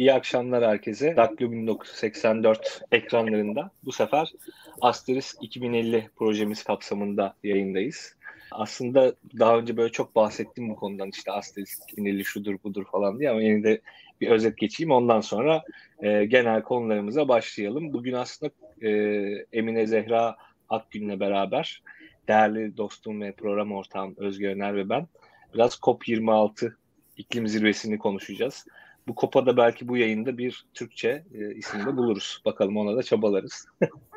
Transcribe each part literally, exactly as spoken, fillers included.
İyi akşamlar herkese. Daktilo bin dokuz yüz seksen dört ekranlarında bu sefer Asterisk iki bin elli projemiz kapsamında yayındayız. Aslında daha önce böyle çok bahsettim bu konudan, işte Asterisk iki bin elli şudur budur falan diye, ama yine de bir özet geçeyim. Ondan sonra e, genel konularımıza başlayalım. Bugün aslında e, Emine Zehra Akgün'le beraber değerli dostum ve program ortağım Özge Öner ve ben biraz COP yirmi altı iklim zirvesini konuşacağız. Bu C O P'a da belki bu yayında bir Türkçe e, isim de buluruz. Bakalım, ona da çabalarız.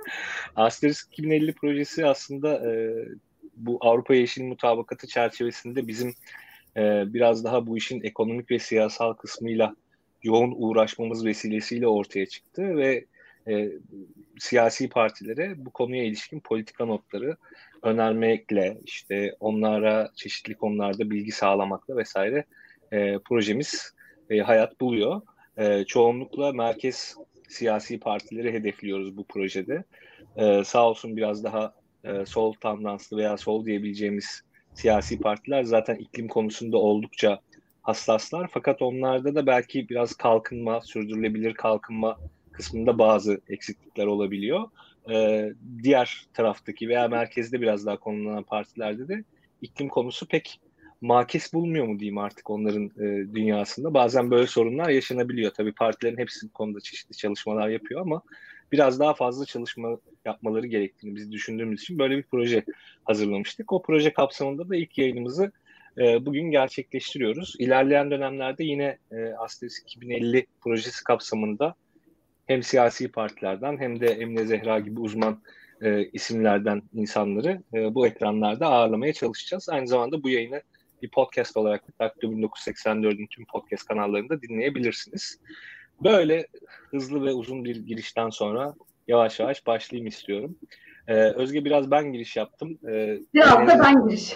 Asterisk iki bin elli projesi aslında e, bu Avrupa Yeşil Mutabakatı çerçevesinde bizim e, biraz daha bu işin ekonomik ve siyasal kısmıyla yoğun uğraşmamız vesilesiyle ortaya çıktı ve e, siyasi partilere bu konuya ilişkin politika notları önermekle, işte onlara çeşitli konularda bilgi sağlamakla vesaire e, projemiz e, hayat buluyor. E, çoğunlukla merkez siyasi partileri hedefliyoruz bu projede. E, sağ olsun biraz daha e, sol tandanslı veya sol diyebileceğimiz siyasi partiler zaten iklim konusunda oldukça hassaslar. Fakat onlarda da belki biraz kalkınma, sürdürülebilir kalkınma kısmında bazı eksiklikler olabiliyor. E, diğer taraftaki veya merkezde biraz daha konulanan partilerde de iklim konusu pek makis bulmuyor mu diyeyim artık onların e, dünyasında. Bazen böyle sorunlar yaşanabiliyor. Tabii partilerin hepsi bu konuda çeşitli çalışmalar yapıyor ama biraz daha fazla çalışma yapmaları gerektiğini biz düşündüğümüz için böyle bir proje hazırlamıştık. O proje kapsamında da ilk yayınımızı e, bugün gerçekleştiriyoruz. İlerleyen dönemlerde yine e, Asterisk iki bin elli projesi kapsamında hem siyasi partilerden hem de Emine Zehra gibi uzman e, isimlerden insanları e, bu ekranlarda ağırlamaya çalışacağız. Aynı zamanda bu yayını bir podcast olarak Daktilo bin dokuz yüz seksen dördün tüm podcast kanallarında dinleyebilirsiniz. Böyle hızlı ve uzun bir girişten sonra yavaş yavaş başlayayım istiyorum. Ee, Özge, biraz ben giriş yaptım. Ee, biraz da ben giriş.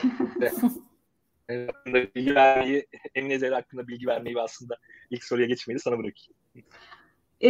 bilgi vermeyi, Emine Zehra hakkında bilgi vermeyi ve aslında ilk soruya geçmeyi sana bırakayım. Ee,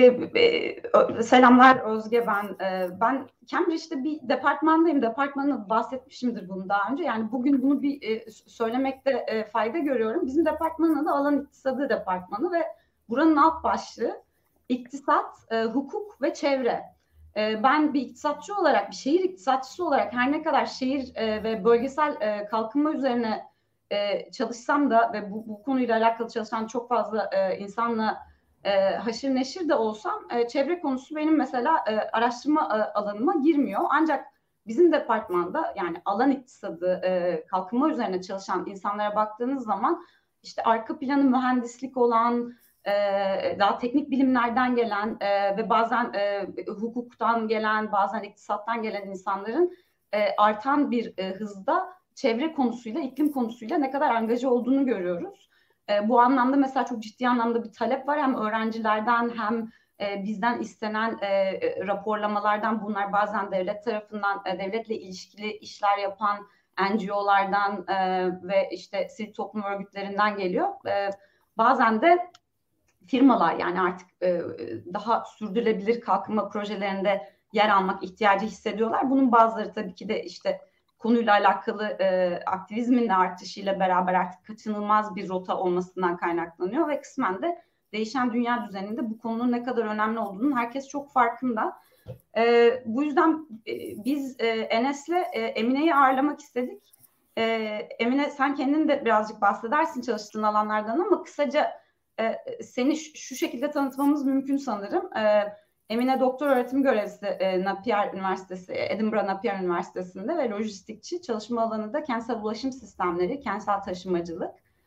e, selamlar Özge, ben. E, ben Cambridge'de bir departmandayım. Departmanı bahsetmişimdir bunu daha önce. Yani bugün bunu bir e, söylemekte e, fayda görüyorum. Bizim departmanın adı Alan İktisadı Departmanı ve buranın alt başlığı iktisat, e, hukuk ve çevre. E, ben bir iktisatçı olarak, bir şehir iktisatçısı olarak her ne kadar şehir e, ve bölgesel e, kalkınma üzerine e, çalışsam da ve bu, bu konuyla alakalı çalışan çok fazla e, insanla E, haşır neşir de olsam e, çevre konusu benim mesela e, araştırma e, alanıma girmiyor. Ancak bizim departmanda, yani alan iktisadı, e, kalkınma üzerine çalışan insanlara baktığınız zaman işte arka planı mühendislik olan, e, daha teknik bilimlerden gelen e, ve bazen e, hukuktan gelen, bazen iktisattan gelen insanların e, artan bir e, hızda çevre konusuyla, iklim konusuyla ne kadar angaja olduğunu görüyoruz. E, bu anlamda mesela çok ciddi anlamda bir talep var, hem öğrencilerden hem e, bizden istenen e, raporlamalardan. Bunlar bazen devlet tarafından, e, devletle ilişkili işler yapan N G O'lardan e, ve işte sivil toplum örgütlerinden geliyor. E, bazen de firmalar, yani artık e, daha sürdürülebilir kalkınma projelerinde yer almak ihtiyacı hissediyorlar. Bunun bazıları tabii ki de işte konuyla alakalı e, aktivizmin de artışıyla beraber artık kaçınılmaz bir rota olmasından kaynaklanıyor ve kısmen de değişen dünya düzeninde bu konunun ne kadar önemli olduğunun herkes çok farkında. E, bu yüzden e, biz e, Enes'le e, Emine'yi ağırlamak istedik. E, Emine, sen kendin de birazcık bahsedersin çalıştığın alanlardan ama kısaca e, seni şu, şu şekilde tanıtmamız mümkün sanırım. E, Emine doktor öğretim görevlisi e, Napier Üniversitesi, Edinburgh Napier Üniversitesi'nde ve lojistikçi. Çalışma alanı da kentsel ulaşım sistemleri, kentsel taşımacılık.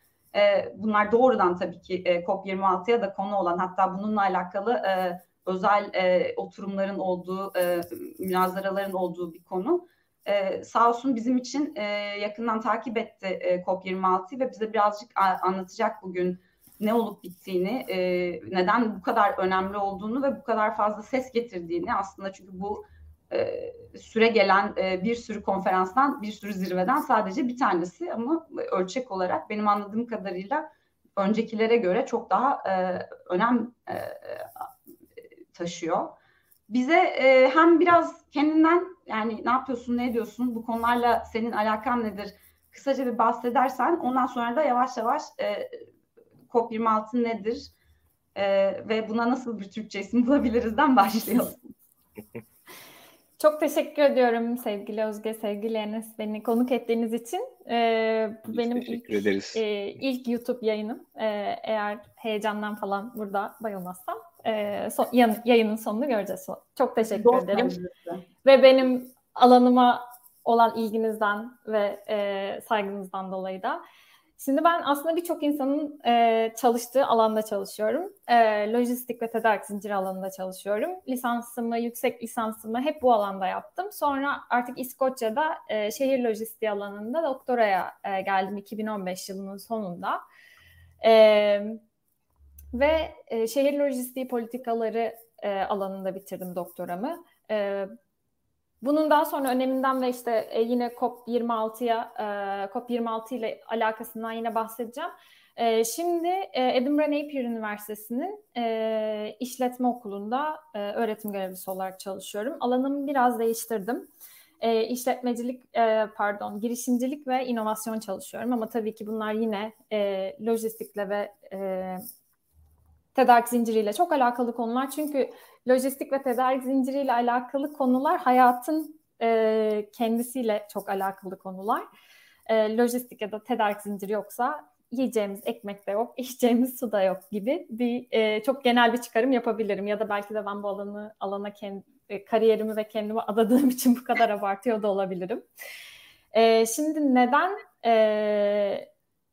E, bunlar doğrudan tabii ki e, COP yirmi altıya da konu olan, hatta bununla alakalı e, özel e, oturumların olduğu, e, münazaraların olduğu bir konu. E, sağ olsun bizim için e, yakından takip etti e, COP yirmi altıyı ve bize birazcık a- anlatacak bugün ne olup bittiğini, e, neden bu kadar önemli olduğunu ve bu kadar fazla ses getirdiğini. Aslında çünkü bu e, süre gelen e, bir sürü konferanstan, bir sürü zirveden sadece bir tanesi, ama ölçek olarak benim anladığım kadarıyla öncekilere göre çok daha e, önem e, taşıyor. Bize e, hem biraz kendinden, yani ne yapıyorsun, ne ediyorsun, bu konularla senin alakan nedir, kısaca bir bahsedersen, ondan sonra da yavaş yavaş e, COP yirmi altı nedir? e, ve buna nasıl bir Türkçe isim bulabilirizden başlayalım. Çok teşekkür ediyorum sevgili Özge, sevgili Enes, beni konuk ettiğiniz için. Ee, bu Biz benim teşekkür ilk, ederiz. e, ilk YouTube yayınım. Ee, eğer heyecandan falan burada bayılmazsam e, son, yan, yayının sonunu göreceğiz. Çok teşekkür Dost ederim. meclisi. Ve benim alanıma olan ilginizden ve e, saygınızdan dolayı da. Şimdi ben aslında birçok insanın e, çalıştığı alanda çalışıyorum. E, lojistik ve tedarik zinciri alanında çalışıyorum. Lisansımı, yüksek lisansımı hep bu alanda yaptım. Sonra artık İskoçya'da e, şehir lojistiği alanında doktoraya e, geldim iki bin on beş yılının sonunda. E, ve e, şehir lojistiği politikaları e, alanında bitirdim doktoramı. E, Bunun daha sonra öneminden ve işte e, yine COP yirmi altıya e, COP yirmi altı ile alakasından yine bahsedeceğim. E, şimdi e, Edinburgh Napier Üniversitesi'nin e, işletme okulunda e, öğretim görevlisi olarak çalışıyorum. Alanımı biraz değiştirdim. E, işletmecilik, e, pardon, girişimcilik ve inovasyon çalışıyorum. Ama tabii ki bunlar yine e, lojistikle ve e, tedarik zinciriyle çok alakalı konular. Çünkü lojistik ve tedarik zinciriyle alakalı konular hayatın e, kendisiyle çok alakalı konular. E, lojistik ya da tedarik zinciri yoksa yiyeceğimiz ekmek de yok, içeceğimiz su da yok gibi bir e, çok genel bir çıkarım yapabilirim. Ya da belki de ben bu alanı alana kendi, e, kariyerimi ve kendimi adadığım için bu kadar abartıyor da olabilirim. E, şimdi neden e,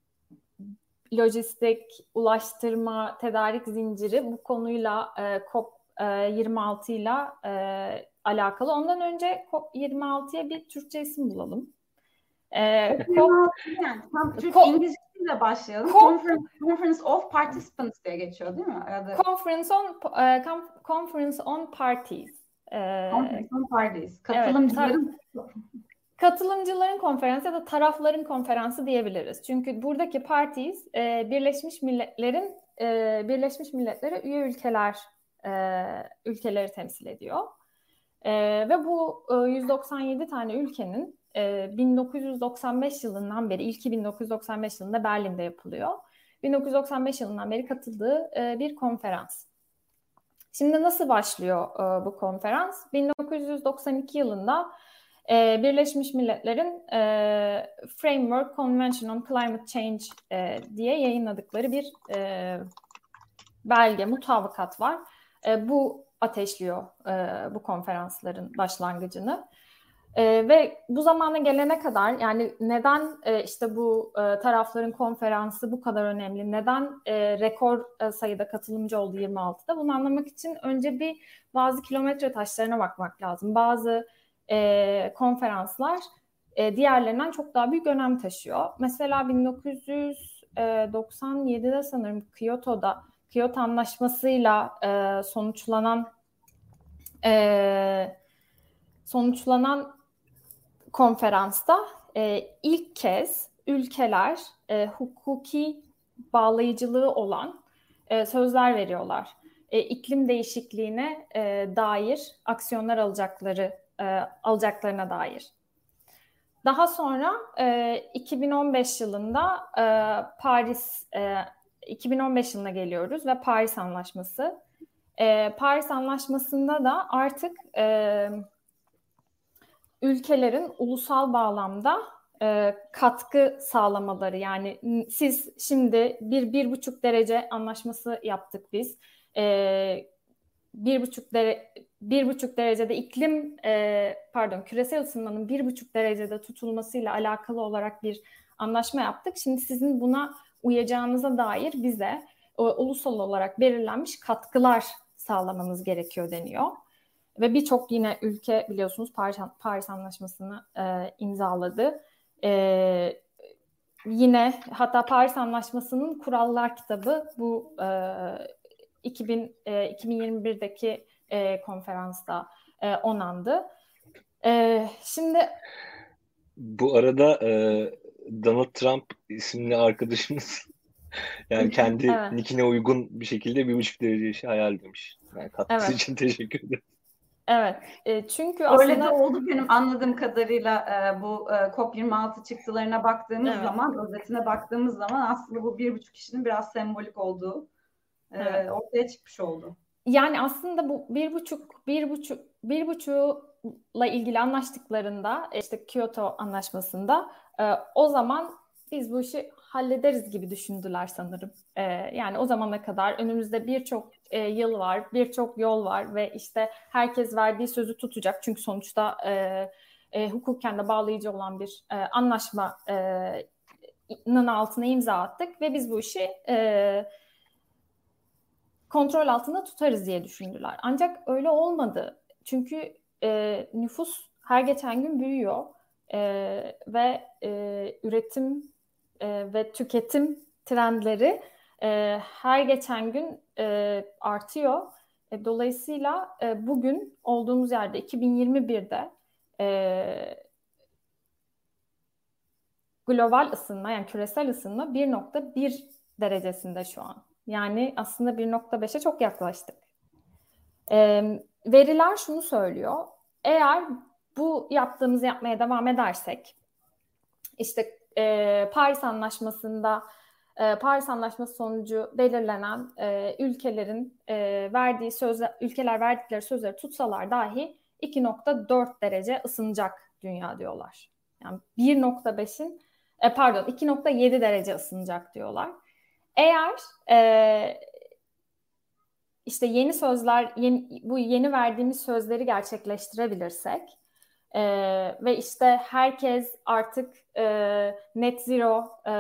lojistik, ulaştırma, tedarik zinciri bu konuyla e, COP yirmi altı ile alakalı. Ondan önce COP yirmi altıya bir Türkçe isim bulalım. E, COP yani tam Türk COP, İngilizcesiyle başlayalım. COP, Conference, Conference of Participants diye geçiyor değil mi? Ya da... Conference on uh, Conference on Parties. Uh, Conference on Parties. Katılımcıların evet, Katılımcıların konferansı ya da tarafların konferansı diyebiliriz. Çünkü buradaki parties e, Birleşmiş Milletler'in e, Birleşmiş Milletler'e üye ülkeler e, ülkeleri temsil ediyor. E, ve bu e, yüz doksan yedi tane ülkenin e, bin dokuz yüz doksan beş yılından beri, ilki bin dokuz yüz doksan beş yılında Berlin'de yapılıyor. bin dokuz yüz doksan beş yılından beri katıldığı e, bir konferans. Şimdi nasıl başlıyor e, bu konferans? bin dokuz yüz doksan iki yılında Ee, Birleşmiş Milletler'in e, Framework Convention on Climate Change e, diye yayınladıkları bir e, belge, mutabakat var. E, bu ateşliyor e, bu konferansların başlangıcını. E, ve bu zamana gelene kadar yani neden e, işte bu e, tarafların konferansı bu kadar önemli, neden e, rekor e, sayıda katılımcı oldu yirmi altıda, bunu anlamak için önce bir bazı kilometre taşlarına bakmak lazım. Bazı E, konferanslar e, diğerlerinden çok daha büyük önem taşıyor. Mesela bin dokuz yüz doksan yedide sanırım Kyoto'da Kyoto Anlaşması'yla e, sonuçlanan e, sonuçlanan konferansta e, ilk kez ülkeler e, hukuki bağlayıcılığı olan e, sözler veriyorlar. E, iklim değişikliğine e, dair aksiyonlar alacakları E, alacaklarına dair. Daha sonra e, iki bin on beş yılında e, Paris e, iki bin on beş yılına geliyoruz ve Paris Anlaşması. E, Paris Anlaşması'nda da artık e, ülkelerin ulusal bağlamda e, katkı sağlamaları, yani siz şimdi bir bir buçuk derece anlaşması yaptık biz. E, bir buçuk derece bir buçuk derecede iklim e, pardon küresel ısınmanın bir buçuk derecede tutulmasıyla alakalı olarak bir anlaşma yaptık. Şimdi sizin buna uyacağınıza dair bize o, ulusal olarak belirlenmiş katkılar sağlamanız gerekiyor deniyor. Ve birçok yine ülke biliyorsunuz Paris, Paris Anlaşması'nı e, imzaladı. E, yine hatta Paris Anlaşması'nın kurallar kitabı bu e, iki bin, e, iki bin yirmi birdeki e, konferansta e, onandı. E, şimdi bu arada e, Donald Trump isimli arkadaşımız yani kendi evet. nickine uygun bir şekilde bir buçuk derece işi hayal demiş. Yani katkısı evet. için teşekkür ederim. Evet. E, çünkü öyle aslında... de oldu benim anladığım kadarıyla e, bu e, COP yirmi altı çıktılarına baktığımız evet. zaman, özetine baktığımız zaman aslında bu bir buçuk kişinin biraz sembolik olduğu evet. ortaya çıkmış oldu. Yani aslında bu bir buçuk, bir buçuk, bir buçukla ilgili anlaştıklarında, işte Kyoto Anlaşması'nda o zaman biz bu işi hallederiz gibi düşündüler sanırım. Yani o zamana kadar önümüzde birçok yıl var, birçok yol var ve işte herkes verdiği sözü tutacak. Çünkü sonuçta e, hukuken de bağlayıcı olan bir e, anlaşmanın altına imza attık ve biz bu işi e, kontrol altında tutarız diye düşündüler. Ancak öyle olmadı. Çünkü e, nüfus her geçen gün büyüyor e, ve e, üretim e, ve tüketim trendleri e, her geçen gün e, artıyor. E, dolayısıyla e, bugün olduğumuz yerde iki bin yirmi birde e, global ısınma, yani küresel ısınma bir nokta bir derecesinde şu an. Yani aslında bir nokta beşe çok yaklaştık. E, veriler şunu söylüyor. Eğer bu yaptığımızı yapmaya devam edersek, işte e, Paris Anlaşması'nda e, Paris Anlaşması sonucu belirlenen e, ülkelerin e, verdiği sözler, ülkeler verdikleri sözleri tutsalar dahi iki nokta dört derece ısınacak dünya diyorlar. Yani bir nokta beşin e, pardon iki nokta yedi derece ısınacak diyorlar. Eğer e, işte yeni sözler, yeni, bu yeni verdiğimiz sözleri gerçekleştirebilirsek e, ve işte herkes artık e, net zero e,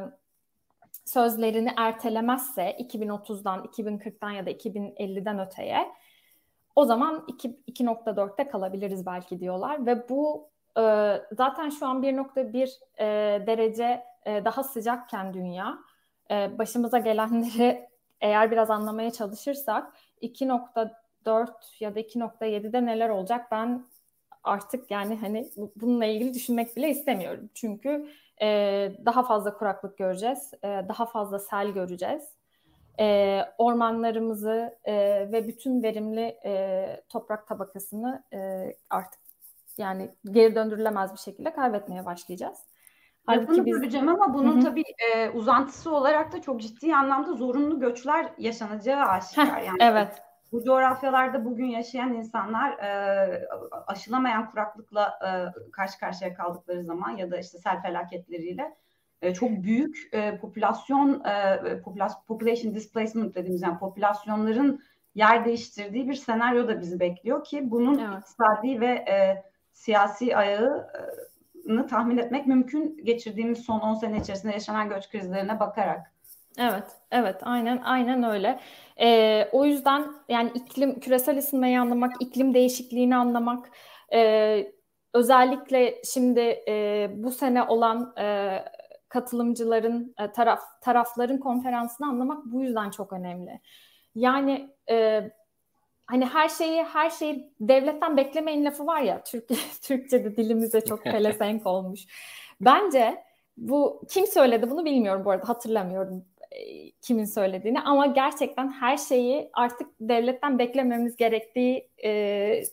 sözlerini ertelemezse iki bin otuzdan, iki bin kırktan ya da iki bin elliden öteye, o zaman iki nokta dörtte kalabiliriz belki diyorlar ve bu e, zaten şu an bir nokta bir e, derece e, daha sıcakken dünya, e, başımıza gelenleri eğer biraz anlamaya çalışırsak iki nokta dört ya da iki nokta yedide neler olacak ben artık yani hani bununla ilgili düşünmek bile istemiyorum. Çünkü e, daha fazla kuraklık göreceğiz, e, daha fazla sel göreceğiz. E, ormanlarımızı e, ve bütün verimli e, toprak tabakasını e, artık yani geri döndürülemez bir şekilde kaybetmeye başlayacağız. Lafını biz... böleceğim ama bunun Hı-hı. tabii e, uzantısı olarak da çok ciddi anlamda zorunlu göçler yaşanacağı aşikar. Heh, yani evet. Bu coğrafyalarda bugün yaşayan insanlar e, aşılamayan kuraklıkla e, karşı karşıya kaldıkları zaman ya da işte sel felaketleriyle e, çok büyük e, popülasyon e, population displacement dediğimiz yani popülasyonların yer değiştirdiği bir senaryo da bizi bekliyor ki bunun evet. iktisadi ve e, siyasi ayağını tahmin etmek mümkün geçirdiğimiz son on sene içerisinde yaşanan göç krizlerine bakarak. Evet, evet, aynen, aynen öyle. Ee, o yüzden yani iklim, küresel ısınmayı anlamak, iklim değişikliğini anlamak, e, özellikle şimdi e, bu sene olan e, katılımcıların, e, taraf tarafların konferansını anlamak bu yüzden çok önemli. Yani e, hani her şeyi her şeyi devletten beklemeyin lafı var ya, Türk Türkçe'de dilimize çok pelesenk olmuş. Bence bu kim söyledi bunu bilmiyorum bu arada, hatırlamıyorum kimin söylediğini, ama gerçekten her şeyi artık devletten beklememiz gerektiği e,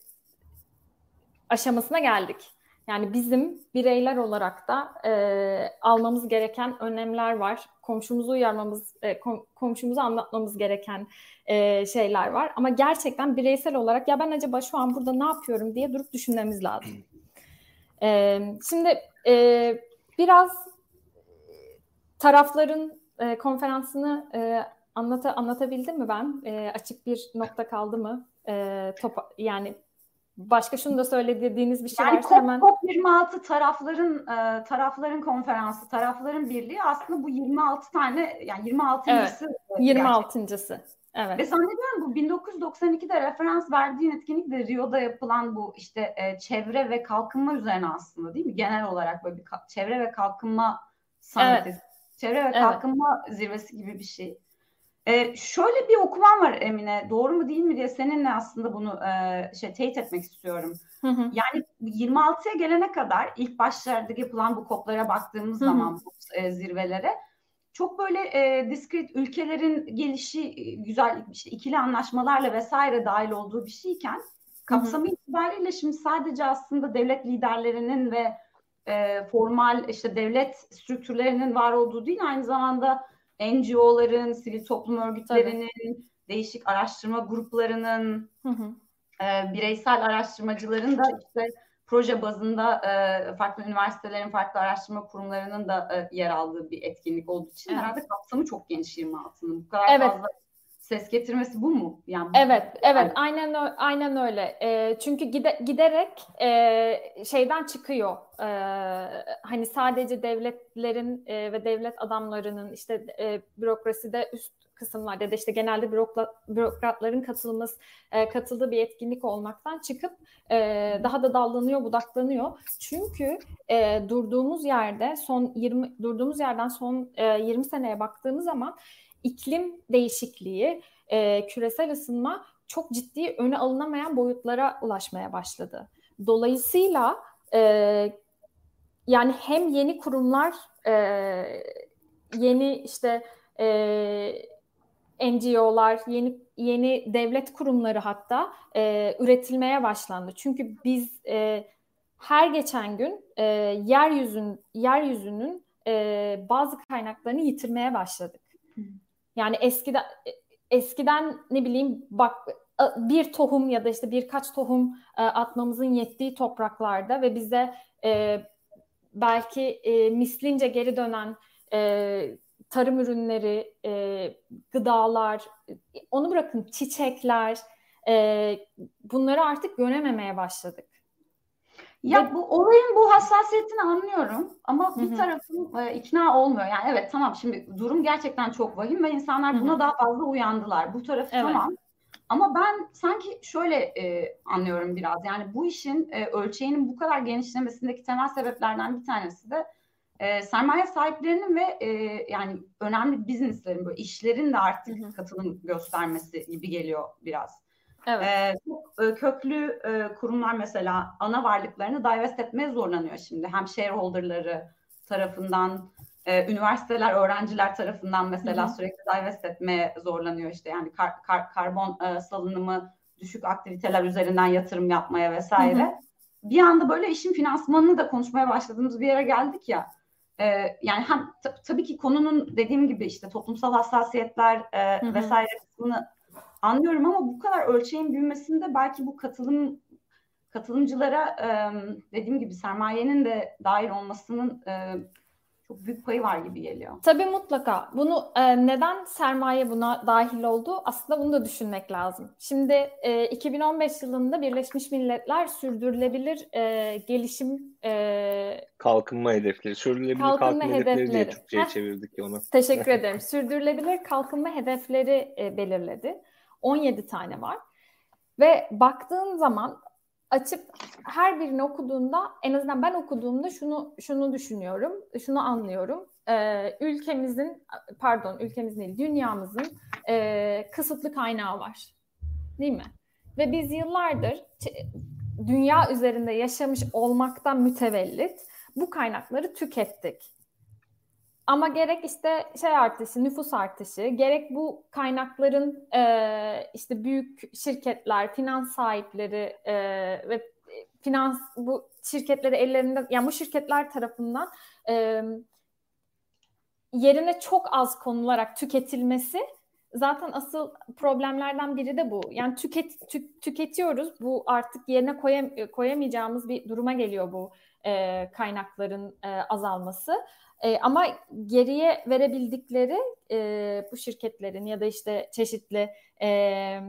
aşamasına geldik. Yani bizim bireyler olarak da e, almamız gereken önlemler var. Komşumuzu uyarmamız, e, kom, komşumuza anlatmamız gereken e, şeyler var. Ama gerçekten bireysel olarak ya ben acaba şu an burada ne yapıyorum diye durup düşünmemiz lazım. E, şimdi e, biraz tarafların E, konferansını e, anlata, anlatabildim mi ben? E, açık bir nokta kaldı mı? E, topa, yani başka şunu da söylediğiniz bir şey yani varsa hemen. COP yirmi altı tarafların e, tarafların konferansı, tarafların birliği aslında bu yirmi altı tane yani yirmi altıncısı. Evet, yirmi altıncısı. Evet. Ve zannediyorum bu bin dokuz yüz doksan ikide referans verdiğin etkinlik de Rio'da yapılan bu işte e, çevre ve kalkınma üzerine aslında, değil mi? Genel olarak böyle bir ka- çevre ve kalkınma santezi. Evet. Çevre ve kalkınma evet. zirvesi gibi bir şey. Ee, şöyle bir okuman var Emine. Doğru mu değil mi diye seninle aslında bunu e, şey teyit etmek istiyorum. Hı hı. Yani yirmi altıya gelene kadar ilk başlarda yapılan bu koplara baktığımız hı hı. zaman bu e, zirvelere çok böyle e, diskret ülkelerin gelişi güzel işte ikili anlaşmalarla vesaire dahil olduğu bir şeyken kapsamı hı hı. itibariyle şimdi sadece aslında devlet liderlerinin ve E, formal işte devlet strüktürlerinin var olduğu değil, aynı zamanda N G O'ların, sivil toplum örgütlerinin, tabii, değişik araştırma gruplarının, hı hı. E, bireysel araştırmacıların da işte proje bazında e, farklı üniversitelerin, farklı araştırma kurumlarının da e, yer aldığı bir etkinlik olduğu için evet. herhalde kapsamı çok geniş yirmi altının. Bu kadar evet. fazla ses getirmesi bu mu? Yani evet, bu, evet, yani. aynen aynen öyle. E, çünkü gide, giderek e, şeyden çıkıyor. E, hani sadece devletlerin e, ve devlet adamlarının işte e, bürokraside üst kısımlarda ya da işte genelde bürokrat, bürokratların katılması, e, katıldığı bir etkinlik olmaktan çıkıp e, daha da dallanıyor, budaklanıyor. Çünkü e, durduğumuz yerde son yirmi durduğumuz yerden son e, yirmi seneye baktığımız zaman iklim değişikliği, e, küresel ısınma çok ciddi öne alınamayan boyutlara ulaşmaya başladı. Dolayısıyla e, yani hem yeni kurumlar, e, yeni işte e, N G O'lar, yeni yeni devlet kurumları hatta e, üretilmeye başlandı. Çünkü biz e, her geçen gün e, yeryüzün yeryüzünün e, bazı kaynaklarını yitirmeye başladık. Yani eskiden eskiden ne bileyim bak bir tohum ya da işte birkaç tohum e, atmamızın yettiği topraklarda ve bize e, belki e, mislince geri dönen e, tarım ürünleri, e, gıdalar, onu bırakın çiçekler, e, bunları artık görememeye başladık. Ya Ve... bu olayın bu hassasiyetini anlıyorum ama bir tarafım e, ikna olmuyor. Yani evet tamam şimdi durum gerçekten çok vahim ve insanlar buna Hı-hı. daha fazla uyandılar. Bu tarafı evet. tamam. Ama ben sanki şöyle e, anlıyorum biraz. Yani bu işin e, ölçeğinin bu kadar genişlemesindeki temel sebeplerden bir tanesi de e, sermaye sahiplerinin ve e, yani önemli businesslerin, böyle işlerin de artık Hı-hı. katılım göstermesi gibi geliyor biraz. Evet. E, çok e, köklü e, kurumlar mesela ana varlıklarını divest etmeye zorlanıyor şimdi. Hem shareholderları tarafından, e, üniversiteler, öğrenciler tarafından mesela Hı-hı. sürekli divest etmeye zorlanıyor işte. Yani kar, kar, karbon e, salınımı düşük aktiviteler üzerinden yatırım yapmaya vesaire. Hı-hı. Bir anda böyle işin finansmanını da konuşmaya başladığımız bir yere geldik ya. E, yani hem t- tabii ki konunun dediğim gibi işte toplumsal hassasiyetler e, vesaire kısmını anlıyorum ama bu kadar ölçeğin büyümesinde belki bu katılım katılımcılara e, dediğim gibi sermayenin de dahil olmasının e, çok büyük payı var gibi geliyor. Tabii mutlaka. Bunu e, neden sermaye buna dahil oldu? Aslında bunu da düşünmek lazım. Şimdi e, iki bin on beş yılında Birleşmiş Milletler Sürdürülebilir e, Gelişim e, Kalkınma Hedefleri. Sürdürülebilir Kalkınma, kalkınma Hedefleri, hedefleri diye Türkçe'ye çevirdik onu. Teşekkür ederim. Sürdürülebilir Kalkınma Hedefleri e, belirledi. on yedi tane var. Ve baktığın zaman açıp her birini okuduğunda, en azından ben okuduğumda şunu şunu düşünüyorum, şunu anlıyorum. Ee, ülkemizin, pardon ülkemizin değil, dünyamızın e, kısıtlı kaynağı var. Değil mi? Ve biz yıllardır dünya üzerinde yaşamış olmaktan mütevellit bu kaynakları tükettik. Ama gerek işte şey artışı, nüfus artışı, gerek bu kaynakların e, işte büyük şirketler, finans sahipleri e, ve finans bu şirketleri ellerinde, yani bu şirketler tarafından e, yerine çok az konularak tüketilmesi zaten asıl problemlerden biri de bu. Yani tüket tü, tüketiyoruz. Bu artık yerine koyam, koyamayacağımız bir duruma geliyor bu e, kaynakların e, azalması. E, ama geriye verebildikleri e, bu şirketlerin ya da işte çeşitli e,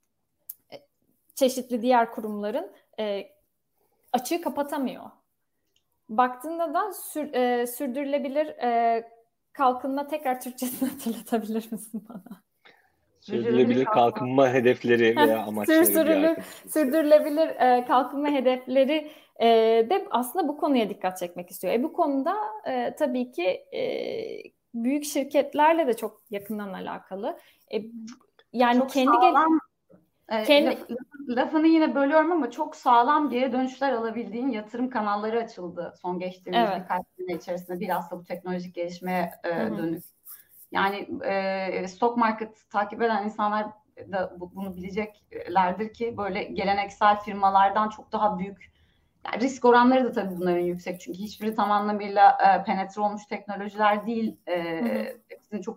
çeşitli diğer kurumların e, açığı kapatamıyor. Baktığında da sür, e, sürdürülebilir e, kalkınma, tekrar Türkçesini hatırlatabilir misin bana? Sürdürülebilir kalkınma hedefleri veya amaçları. Sürdürülebilir, sürdürülebilir e, kalkınma hedefleri e, de aslında bu konuya dikkat çekmek istiyor. E, bu konuda e, tabii ki e, büyük şirketlerle de çok yakından alakalı. E, yani çok kendi sağlam, gel- e, kendi laf, lafını yine bölüyorum ama çok sağlam geri dönüşler alabildiğin yatırım kanalları açıldı son geçtiğimiz evet. birkaç sene içerisinde, bilhassa bu teknolojik gelişmeye e, dönük. Yani e, stock market takip eden insanlar da bunu bileceklerdir ki böyle geleneksel firmalardan çok daha büyük, yani risk oranları da tabii bunların yüksek çünkü hiçbiri tam anlamıyla e, penetre olmuş teknolojiler değil. E, hepsinin çok kısıtlı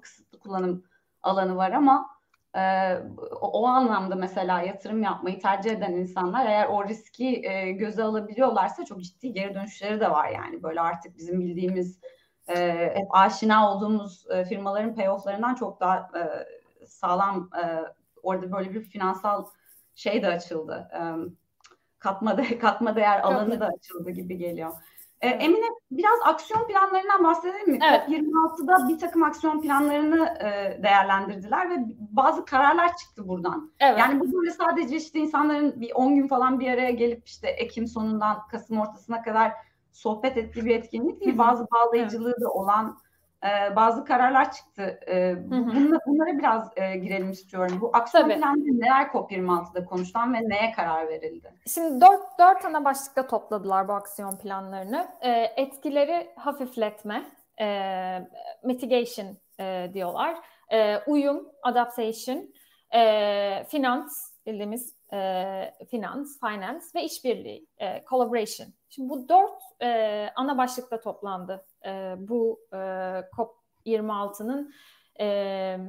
kullanım alanı var ama e, o, o anlamda mesela yatırım yapmayı tercih eden insanlar eğer o riski e, göze alabiliyorlarsa çok ciddi geri dönüşleri de var yani. Böyle artık bizim bildiğimiz e, hep aşina olduğumuz e, firmaların payoff'larından çok daha e, sağlam e, orada böyle bir finansal şey de açıldı. E, katma, de, katma değer alanı evet. da açıldı gibi geliyor. E, evet. Emine biraz aksiyon planlarından bahsedelim mi? Evet. COP yirmi altıda bir takım aksiyon planlarını e, değerlendirdiler ve bazı kararlar çıktı buradan. Evet. Yani bu böyle sadece işte insanların bir on gün falan bir araya gelip işte Ekim sonundan Kasım ortasına kadar sohbet ettiği bir etkinlik değil. Hı-hı. Bazı bağlayıcılığı evet. da olan e, bazı kararlar çıktı. E, bunlara, bunlara biraz e, girelim istiyorum. Bu aksiyon Tabii. planları neler COP yirmi altıda konuşulan ve neye karar verildi? Şimdi dört, dört ana başlıkta topladılar bu aksiyon planlarını. E, etkileri hafifletme, e, mitigation e, diyorlar. E, uyum, adaptation, e, finans, bildiğimiz e, finans, finance ve işbirliği, e, collaboration. Şimdi bu dört e, ana başlıkta toplandı e, bu e, COP yirmi altının e,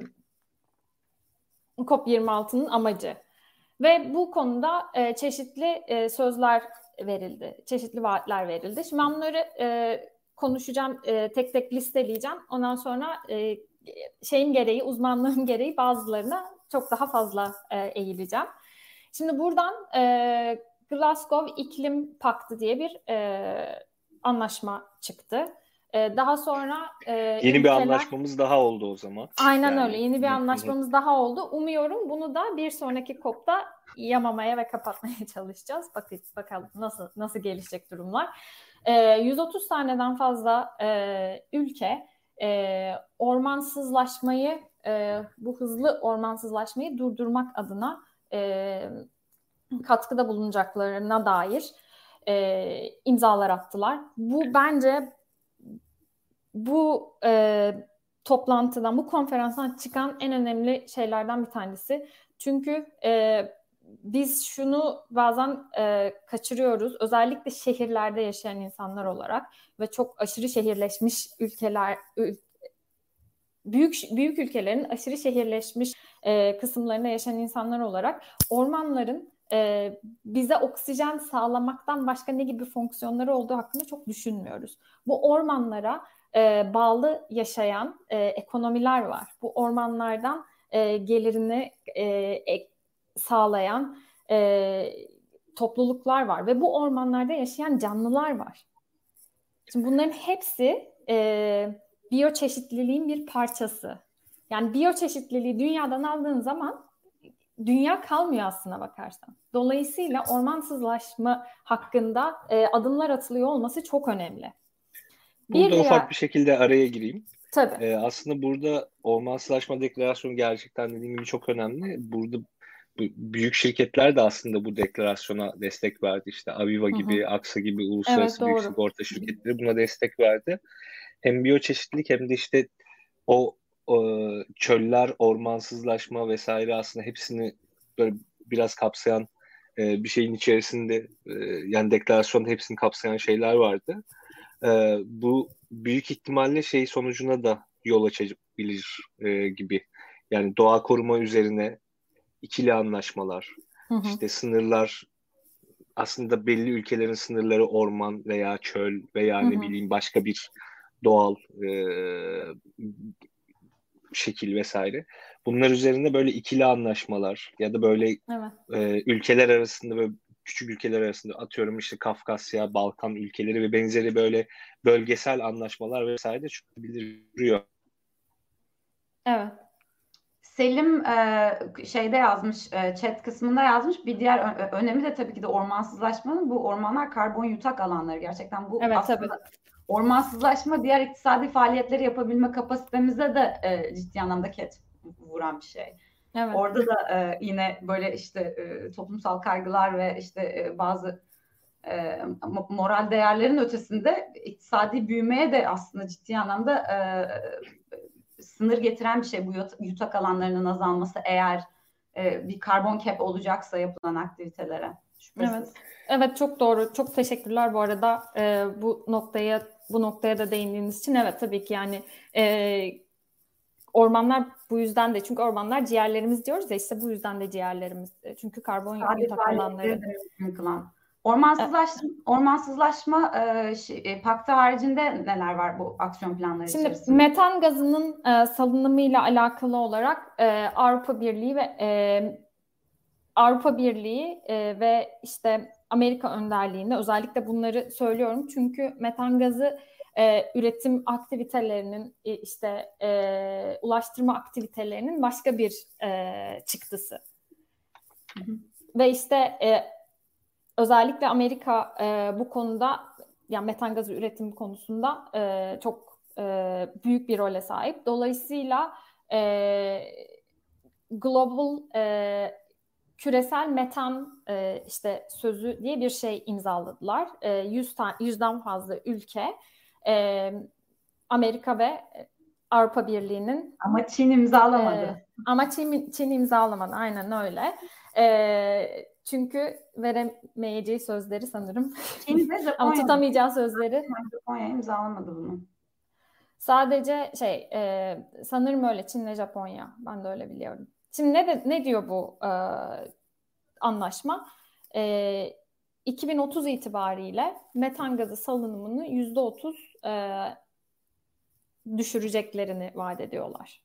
COP yirmi altının amacı. Ve bu konuda e, çeşitli e, sözler verildi, çeşitli vaatler verildi. Şimdi ben bunları e, konuşacağım, e, tek tek listeleyeceğim. Ondan sonra e, şeyim gereği, uzmanlığım gereği bazılarına çok daha fazla e, eğileceğim. Şimdi buradan e, Glasgow İklim Paktı diye bir e, anlaşma çıktı. E, daha sonra e, yeni ülkeler... bir anlaşmamız daha oldu o zaman. Aynen yani... öyle. Yeni bir anlaşmamız daha oldu. Umuyorum bunu da bir sonraki COP'ta yamamaya ve kapatmaya çalışacağız. Bakın bakalım nasıl nasıl gelişecek durumlar. E, yüz otuz taneden fazla e, ülke e, ormansızlaşmayı, e, bu hızlı ormansızlaşmayı durdurmak adına e, katkıda bulunacaklarına dair e, imzalar attılar. Bu bence bu e, toplantıdan, bu konferanstan çıkan en önemli şeylerden bir tanesi. Çünkü e, biz şunu bazen e, kaçırıyoruz. Özellikle şehirlerde yaşayan insanlar olarak ve çok aşırı şehirleşmiş ülkeler, büyük büyük ülkelerin aşırı şehirleşmiş e, kısımlarında yaşayan insanlar olarak ormanların e, bize oksijen sağlamaktan başka ne gibi fonksiyonları olduğu hakkında çok düşünmüyoruz. Bu ormanlara e, bağlı yaşayan e, ekonomiler var. Bu ormanlardan e, gelirini e, e, sağlayan e, topluluklar var ve bu ormanlarda yaşayan canlılar var. Şimdi bunların hepsi e, biyoçeşitliliğin bir parçası. Yani biyoçeşitliliği dünyadan aldığın zaman dünya kalmıyor aslına bakarsan. Dolayısıyla ormansızlaşma hakkında e, adımlar atılıyor olması çok önemli. Burada bir ufak diğer... bir şekilde araya gireyim. Tabii. Ee, aslında burada ormansızlaşma deklarasyonu gerçekten dediğim gibi çok önemli. Burada büyük şirketler de aslında bu deklarasyona destek verdi. İşte Aviva gibi, hı hı. Aksa gibi uluslararası evet, büyük sigorta şirketleri buna destek verdi. Hem biyoçeşitlilik hem de işte o, o çöller, ormansızlaşma vesaire aslında hepsini böyle biraz kapsayan e, bir şeyin içerisinde e, yani deklarasyonda hepsini kapsayan şeyler vardı. E, bu büyük ihtimalle şey sonucuna da yol açabilir e, gibi. Yani doğa koruma üzerine ikili anlaşmalar, hı hı. işte sınırlar, aslında belli ülkelerin sınırları orman veya çöl veya hı hı. ne bileyim başka bir doğal e, şekil vesaire. Bunlar üzerinde böyle ikili anlaşmalar ya da böyle evet. e, ülkeler arasında böyle küçük ülkeler arasında atıyorum işte Kafkasya, Balkan ülkeleri ve benzeri böyle bölgesel anlaşmalar vesaire çok bildiriyor. Evet. Selim e, şeyde yazmış, e, chat kısmında yazmış. Bir diğer ö- önemi de tabii ki de ormansızlaşmanın. Bu ormanlar karbon yutak alanları gerçekten. Bu evet, aslında tabii. Ormansızlaşma diğer iktisadi faaliyetleri yapabilme kapasitemize de e, ciddi anlamda ket vuran bir şey. Evet. Orada da e, yine böyle işte e, toplumsal kaygılar ve işte e, bazı e, moral değerlerin ötesinde iktisadi büyümeye de aslında ciddi anlamda e, sınır getiren bir şey bu yutak alanlarının azalması eğer e, bir karbon cap olacaksa yapılan aktivitelere. Şüphesiz. Evet. Evet çok doğru. Çok teşekkürler bu arada e, bu noktaya bu noktaya da değindiğiniz için. Evet tabii ki yani e, ormanlar bu yüzden de, çünkü ormanlar ciğerlerimiz diyoruz ya, işte bu yüzden de ciğerlerimiz. Çünkü karbon yutak alanları. Ormansızlaşma, ormansızlaşma e, şey, e, paktı haricinde neler var bu aksiyon planları Şimdi içerisinde? metan gazının e, salınımıyla alakalı olarak e, Avrupa Birliği ve e, Avrupa Birliği e, ve işte Amerika önderliğinde özellikle bunları söylüyorum çünkü metan gazı e, üretim aktivitelerinin e, işte e, ulaştırma aktivitelerinin başka bir e, çıktısı. Hı hı. Ve işte e, özellikle Amerika e, bu konuda, yani metan gazı üretim konusunda e, çok e, büyük bir role sahip. Dolayısıyla e, global e, küresel metan e, işte sözü diye bir şey imzaladılar. E, yüz ta- yüzden fazla ülke e, Amerika ve Avrupa Birliği'nin, ama Çin imzalamadı. E, ama Çin, Çin imzalamadı. Aynen öyle. E, çünkü veremeyeceği sözleri sanırım. Çin ve Japonya. Ama tutamayacağı sözleri. Japonya imzalamadı bunu. Sadece şey e, sanırım öyle, Çin ve Japonya. Ben de öyle biliyorum. Şimdi ne de, ne diyor bu e, anlaşma? E, iki bin otuz itibariyle metan gazı salınımını yüzde otuz e, düşüreceklerini vaat ediyorlar.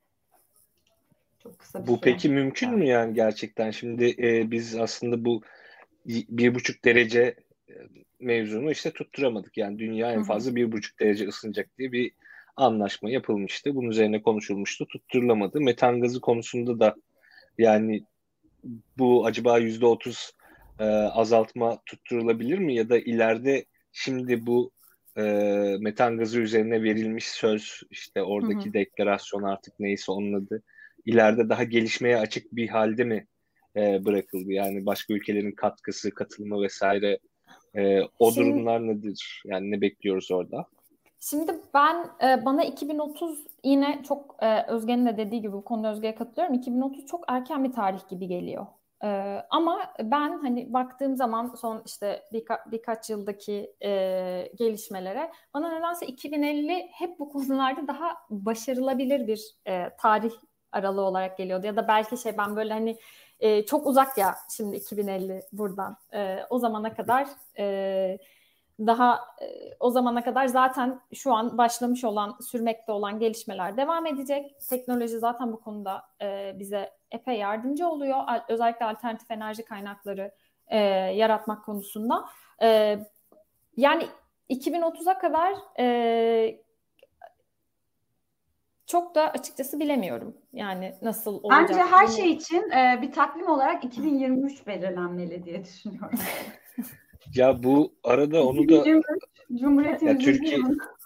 Çok kısa bir bu süre. peki mümkün mü yani gerçekten? Şimdi e, biz aslında bu bir buçuk derece mevzunu işte tutturamadık. Yani dünya en fazla bir buçuk derece ısınacak diye bir anlaşma yapılmıştı. Bunun üzerine konuşulmuştu. Tutturulamadı. Metan gazı konusunda da yani bu acaba yüzde otuz e, azaltma tutturulabilir mi? Ya da ileride şimdi bu e, metan gazı üzerine verilmiş söz, işte oradaki hı hı. deklarasyon, artık neyse onun adı, ileride daha gelişmeye açık bir halde mi e, bırakıldı? Yani başka ülkelerin katkısı, katılımı vesaire, e, o şimdi, durumlar nedir? Yani ne bekliyoruz orada? Şimdi ben e, bana iki bin otuz yine çok e, Özge'nin de dediği gibi, bu konuda Özge'ye katılıyorum. iki bin otuz çok erken bir tarih gibi geliyor. E, ama ben hani baktığım zaman son işte birka, birkaç yıldaki e, gelişmelere, bana nedense iki bin elli hep bu konularda daha başarılabilir bir e, tarih aralığı olarak geliyordu. Ya da belki şey, ben böyle hani e, çok uzak ya şimdi iki bin elli buradan. E, o zamana kadar e, daha e, o zamana kadar zaten şu an başlamış olan, sürmekte olan gelişmeler devam edecek. Teknoloji zaten bu konuda e, bize epey yardımcı oluyor. Özellikle alternatif enerji kaynakları e, yaratmak konusunda. E, yani iki bin otuza kadar e, çok da açıkçası bilemiyorum. Yani nasıl olacak? Bence her şey için e, bir takvim olarak iki bin yirmi üç belirlenmeli diye düşünüyorum. Ya bu arada onu da Cumhuriyetimizin Türkiye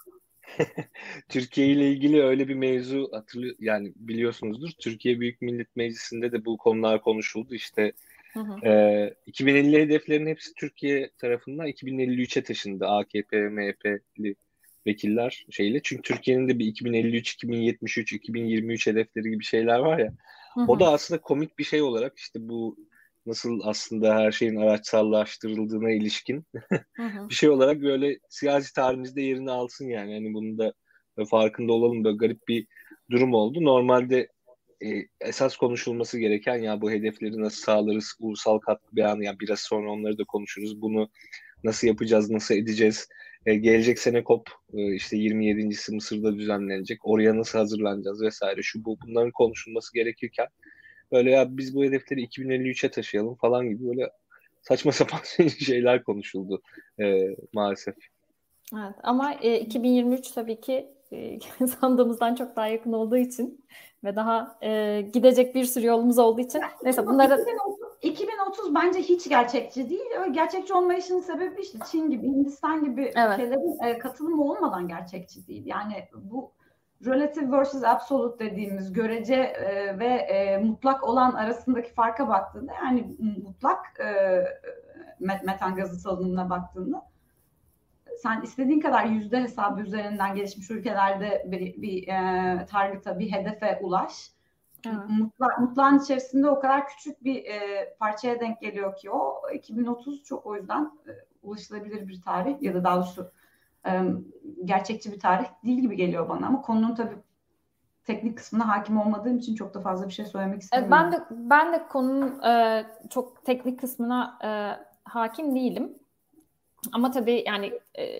Türkiye ile ilgili öyle bir mevzu hatırlıyor, yani biliyorsunuzdur. Türkiye Büyük Millet Meclisi'nde de bu konular konuşuldu. İşte hı hı. E, iki bin elli hedeflerin hepsi Türkiye tarafından iki bin elli üçe taşındı. A K P, M H P'li vekiller şeyle. Çünkü Türkiye'nin de bir iki bin elli üç, iki bin yetmiş üç, iki bin yirmi üç hedefleri gibi şeyler var ya. Hı hı. O da aslında komik bir şey olarak, işte bu nasıl aslında her şeyin araçsallaştırıldığına ilişkin hı hı. bir şey olarak böyle siyasi tarihimizde yerini alsın yani. Hani bunun da farkında olalım, böyle garip bir durum oldu. Normalde e, esas konuşulması gereken, ya bu hedefleri nasıl sağlarız, ulusal katkı beyanı, yani biraz sonra onları da konuşuruz. Bunu nasıl yapacağız, nasıl edeceğiz? E, gelecek sene COP e, işte yirmi yedincisi Mısır'da düzenlenecek. Oraya nasıl hazırlanacağız vesaire, şu bu bunların konuşulması gerekirken böyle ya biz bu hedefleri iki bin elli üçe taşıyalım falan gibi böyle saçma sapan şeyler konuşuldu e, maalesef. Evet, ama e, iki bin yirmi üç tabii ki e, sandığımızdan çok daha yakın olduğu için ve daha e, gidecek bir sürü yolumuz olduğu için. Yani neyse bunlara... iki bin otuz, iki bin otuz bence hiç gerçekçi değil. Gerçekçi olmayışının sebebi işte Çin gibi, Hindistan gibi evet. ülkelerin e, katılımı olmadan gerçekçi değil. Yani bu relative versus absolute dediğimiz görece e, ve e, mutlak olan arasındaki farka baktığında, yani mutlak e, metan gazı salınımına baktığında sen istediğin kadar yüzde hesabı üzerinden gelişmiş ülkelerde bir, bir e, target'a, bir hedefe ulaş. Evet. Mutla, mutlağın içerisinde o kadar küçük bir e, parçaya denk geliyor ki o iki bin otuz çok, o yüzden e, ulaşılabilir bir tarih ya da daha doğrusu e, gerçekçi bir tarih değil gibi geliyor bana, ama konunun tabii teknik kısmına hakim olmadığım için çok da fazla bir şey söylemek Evet, istemiyorum. ben de ben de konunun e, çok teknik kısmına e, hakim değilim. Ama tabii yani e,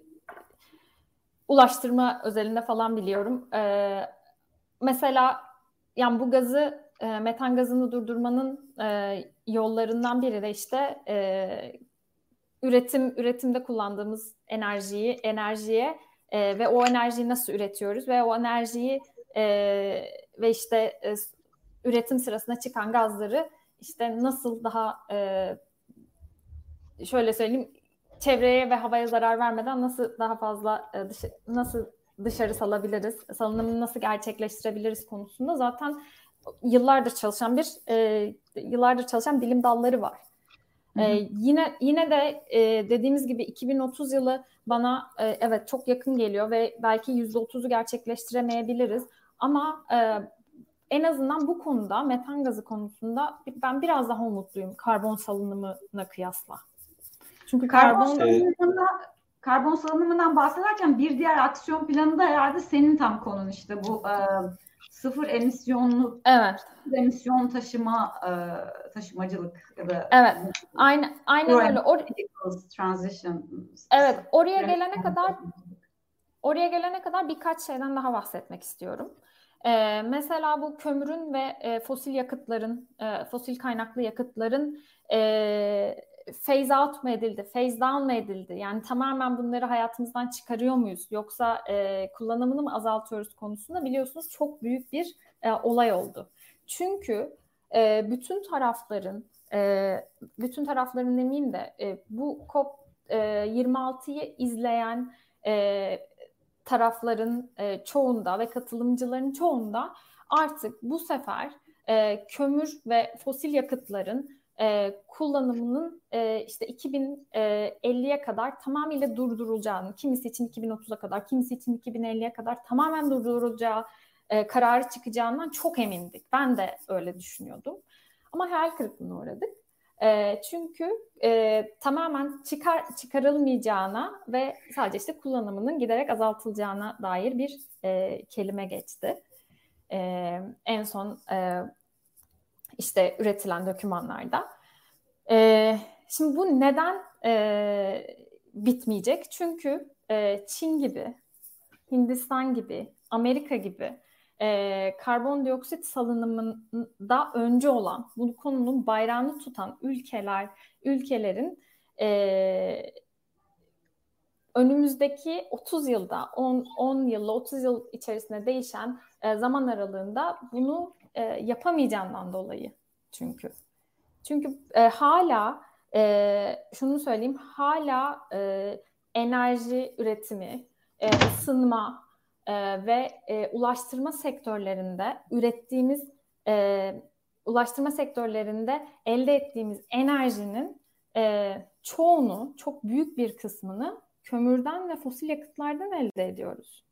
ulaştırma özelinde falan biliyorum. E, mesela yani bu gazı e, metan gazını durdurmanın e, yollarından biri de işte e, üretim üretimde kullandığımız enerjiyi enerjiye e, ve o enerjiyi nasıl üretiyoruz ve o enerjiyi e, ve işte e, üretim sırasında çıkan gazları işte nasıl daha e, şöyle söyleyeyim, çevreye ve havaya zarar vermeden nasıl daha fazla e, dış, nasıl dışarı salabiliriz, salınımını nasıl gerçekleştirebiliriz konusunda zaten yıllardır çalışan bir e, yıllardır çalışan bilim dalları var. Hı hı. E, yine yine de e, dediğimiz gibi iki bin otuz yılı bana e, evet çok yakın geliyor ve belki yüzde otuzu gerçekleştiremeyebiliriz ama e, en azından bu konuda, metan gazı konusunda ben biraz daha umutluyum karbon salınımına kıyasla. Çünkü karbon, karbon salınımına, karbon salınımından bahsederken bir diğer aksiyon planı da herhalde senin tam konun işte bu e, sıfır emisyonlu evet. sıfır emisyon taşıma e, taşımacılık ya da evet. Aynen aynen öyle. Or- transition. Evet, oraya gelene kadar oraya gelene kadar birkaç şeyden daha bahsetmek istiyorum. Ee, mesela bu kömürün ve e, fosil yakıtların, e, fosil kaynaklı yakıtların e, phase out mu edildi, phase down mu edildi? Yani tamamen bunları hayatımızdan çıkarıyor muyuz? Yoksa e, kullanımını mı azaltıyoruz konusunda biliyorsunuz çok büyük bir e, olay oldu. Çünkü e, bütün tarafların, e, bütün tarafların demeyeyim de e, bu COP yirmi altıyı izleyen e, tarafların e, çoğunda ve katılımcıların çoğunda artık bu sefer e, kömür ve fosil yakıtların e, kullanımının e, işte iki bin elliye kadar tamamıyla durdurulacağını, kimisi için iki bin otuza kadar, kimisi için iki bin elliye kadar tamamen durdurulacağı e, kararı çıkacağından çok emindik. Ben de öyle düşünüyordum. Ama hayal kırıklığına uğradık. E, çünkü e, tamamen çıkar çıkarılmayacağına ve sadece işte kullanımının giderek azaltılacağına dair bir e, kelime geçti. E, en son e, işte üretilen dokümanlarda. E, şimdi bu neden e, bitmeyecek? Çünkü e, Çin gibi, Hindistan gibi, Amerika gibi e, karbondioksit salınımında önce olan, bu konunun bayrağını tutan ülkeler, ülkelerin e, önümüzdeki otuz yılda, on yılla otuz yıl içerisinde değişen e, zaman aralığında bunu e, yapamayacağından dolayı çünkü. Çünkü e, hala e, şunu söyleyeyim, hala e, enerji üretimi, e, ısınma e, ve e, ulaştırma sektörlerinde ürettiğimiz, e, ulaştırma sektörlerinde elde ettiğimiz enerjinin e, çoğunu, çok büyük bir kısmını kömürden ve fosil yakıtlardan elde ediyoruz.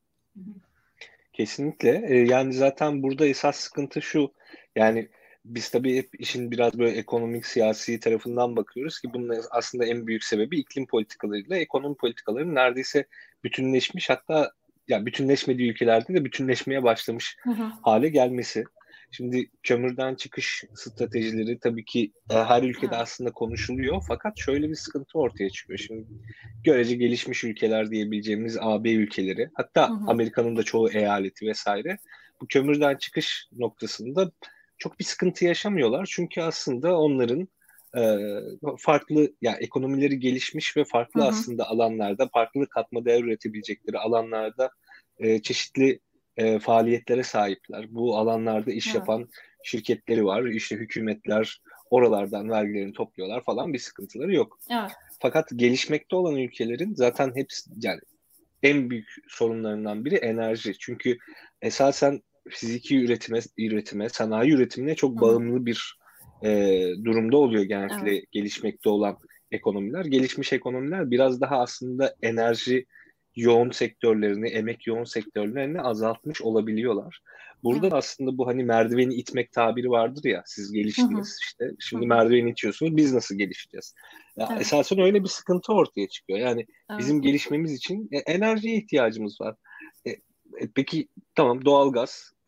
Kesinlikle. Yani zaten burada esas sıkıntı şu. Yani biz tabii hep işin biraz böyle ekonomik, siyasi tarafından bakıyoruz ki bunun aslında en büyük sebebi iklim politikalarıyla ekonomi politikalarının neredeyse bütünleşmiş, hatta ya bütünleşmediği ülkelerde de bütünleşmeye başlamış hı hı. hale gelmesi. Şimdi kömürden çıkış stratejileri tabii ki her ülkede evet. aslında konuşuluyor. Fakat şöyle bir sıkıntı ortaya çıkıyor. Şimdi görece gelişmiş ülkeler diyebileceğimiz A B ülkeleri, hatta hı hı. Amerika'nın da çoğu eyaleti vesaire bu kömürden çıkış noktasında çok bir sıkıntı yaşamıyorlar. Çünkü aslında onların e, farklı ya ekonomileri gelişmiş ve farklı hı hı. aslında alanlarda, farklı katma değer üretebilecekleri alanlarda e, çeşitli e, faaliyetlere sahipler. Bu alanlarda iş evet. yapan şirketleri var. İşte hükümetler oralardan vergilerini topluyorlar falan, bir sıkıntıları yok. Evet. Fakat gelişmekte olan ülkelerin zaten hepsi, yani en büyük sorunlarından biri enerji. Çünkü esasen fiziki üretime, üretime, sanayi üretimine çok Hı-hı. bağımlı bir e, durumda oluyor genellikle evet. gelişmekte olan ekonomiler. Gelişmiş ekonomiler biraz daha aslında enerji yoğun sektörlerini, emek yoğun sektörlerini azaltmış olabiliyorlar. Burada evet. aslında bu hani merdiveni itmek tabiri vardır ya, siz geliştiniz Hı-hı. işte şimdi Hı-hı. merdiveni itiyorsunuz, biz nasıl gelişeceğiz? Ya evet. Esasen öyle bir sıkıntı ortaya çıkıyor. Yani evet. bizim gelişmemiz için enerjiye ihtiyacımız var. E, e, peki tamam, doğalgaz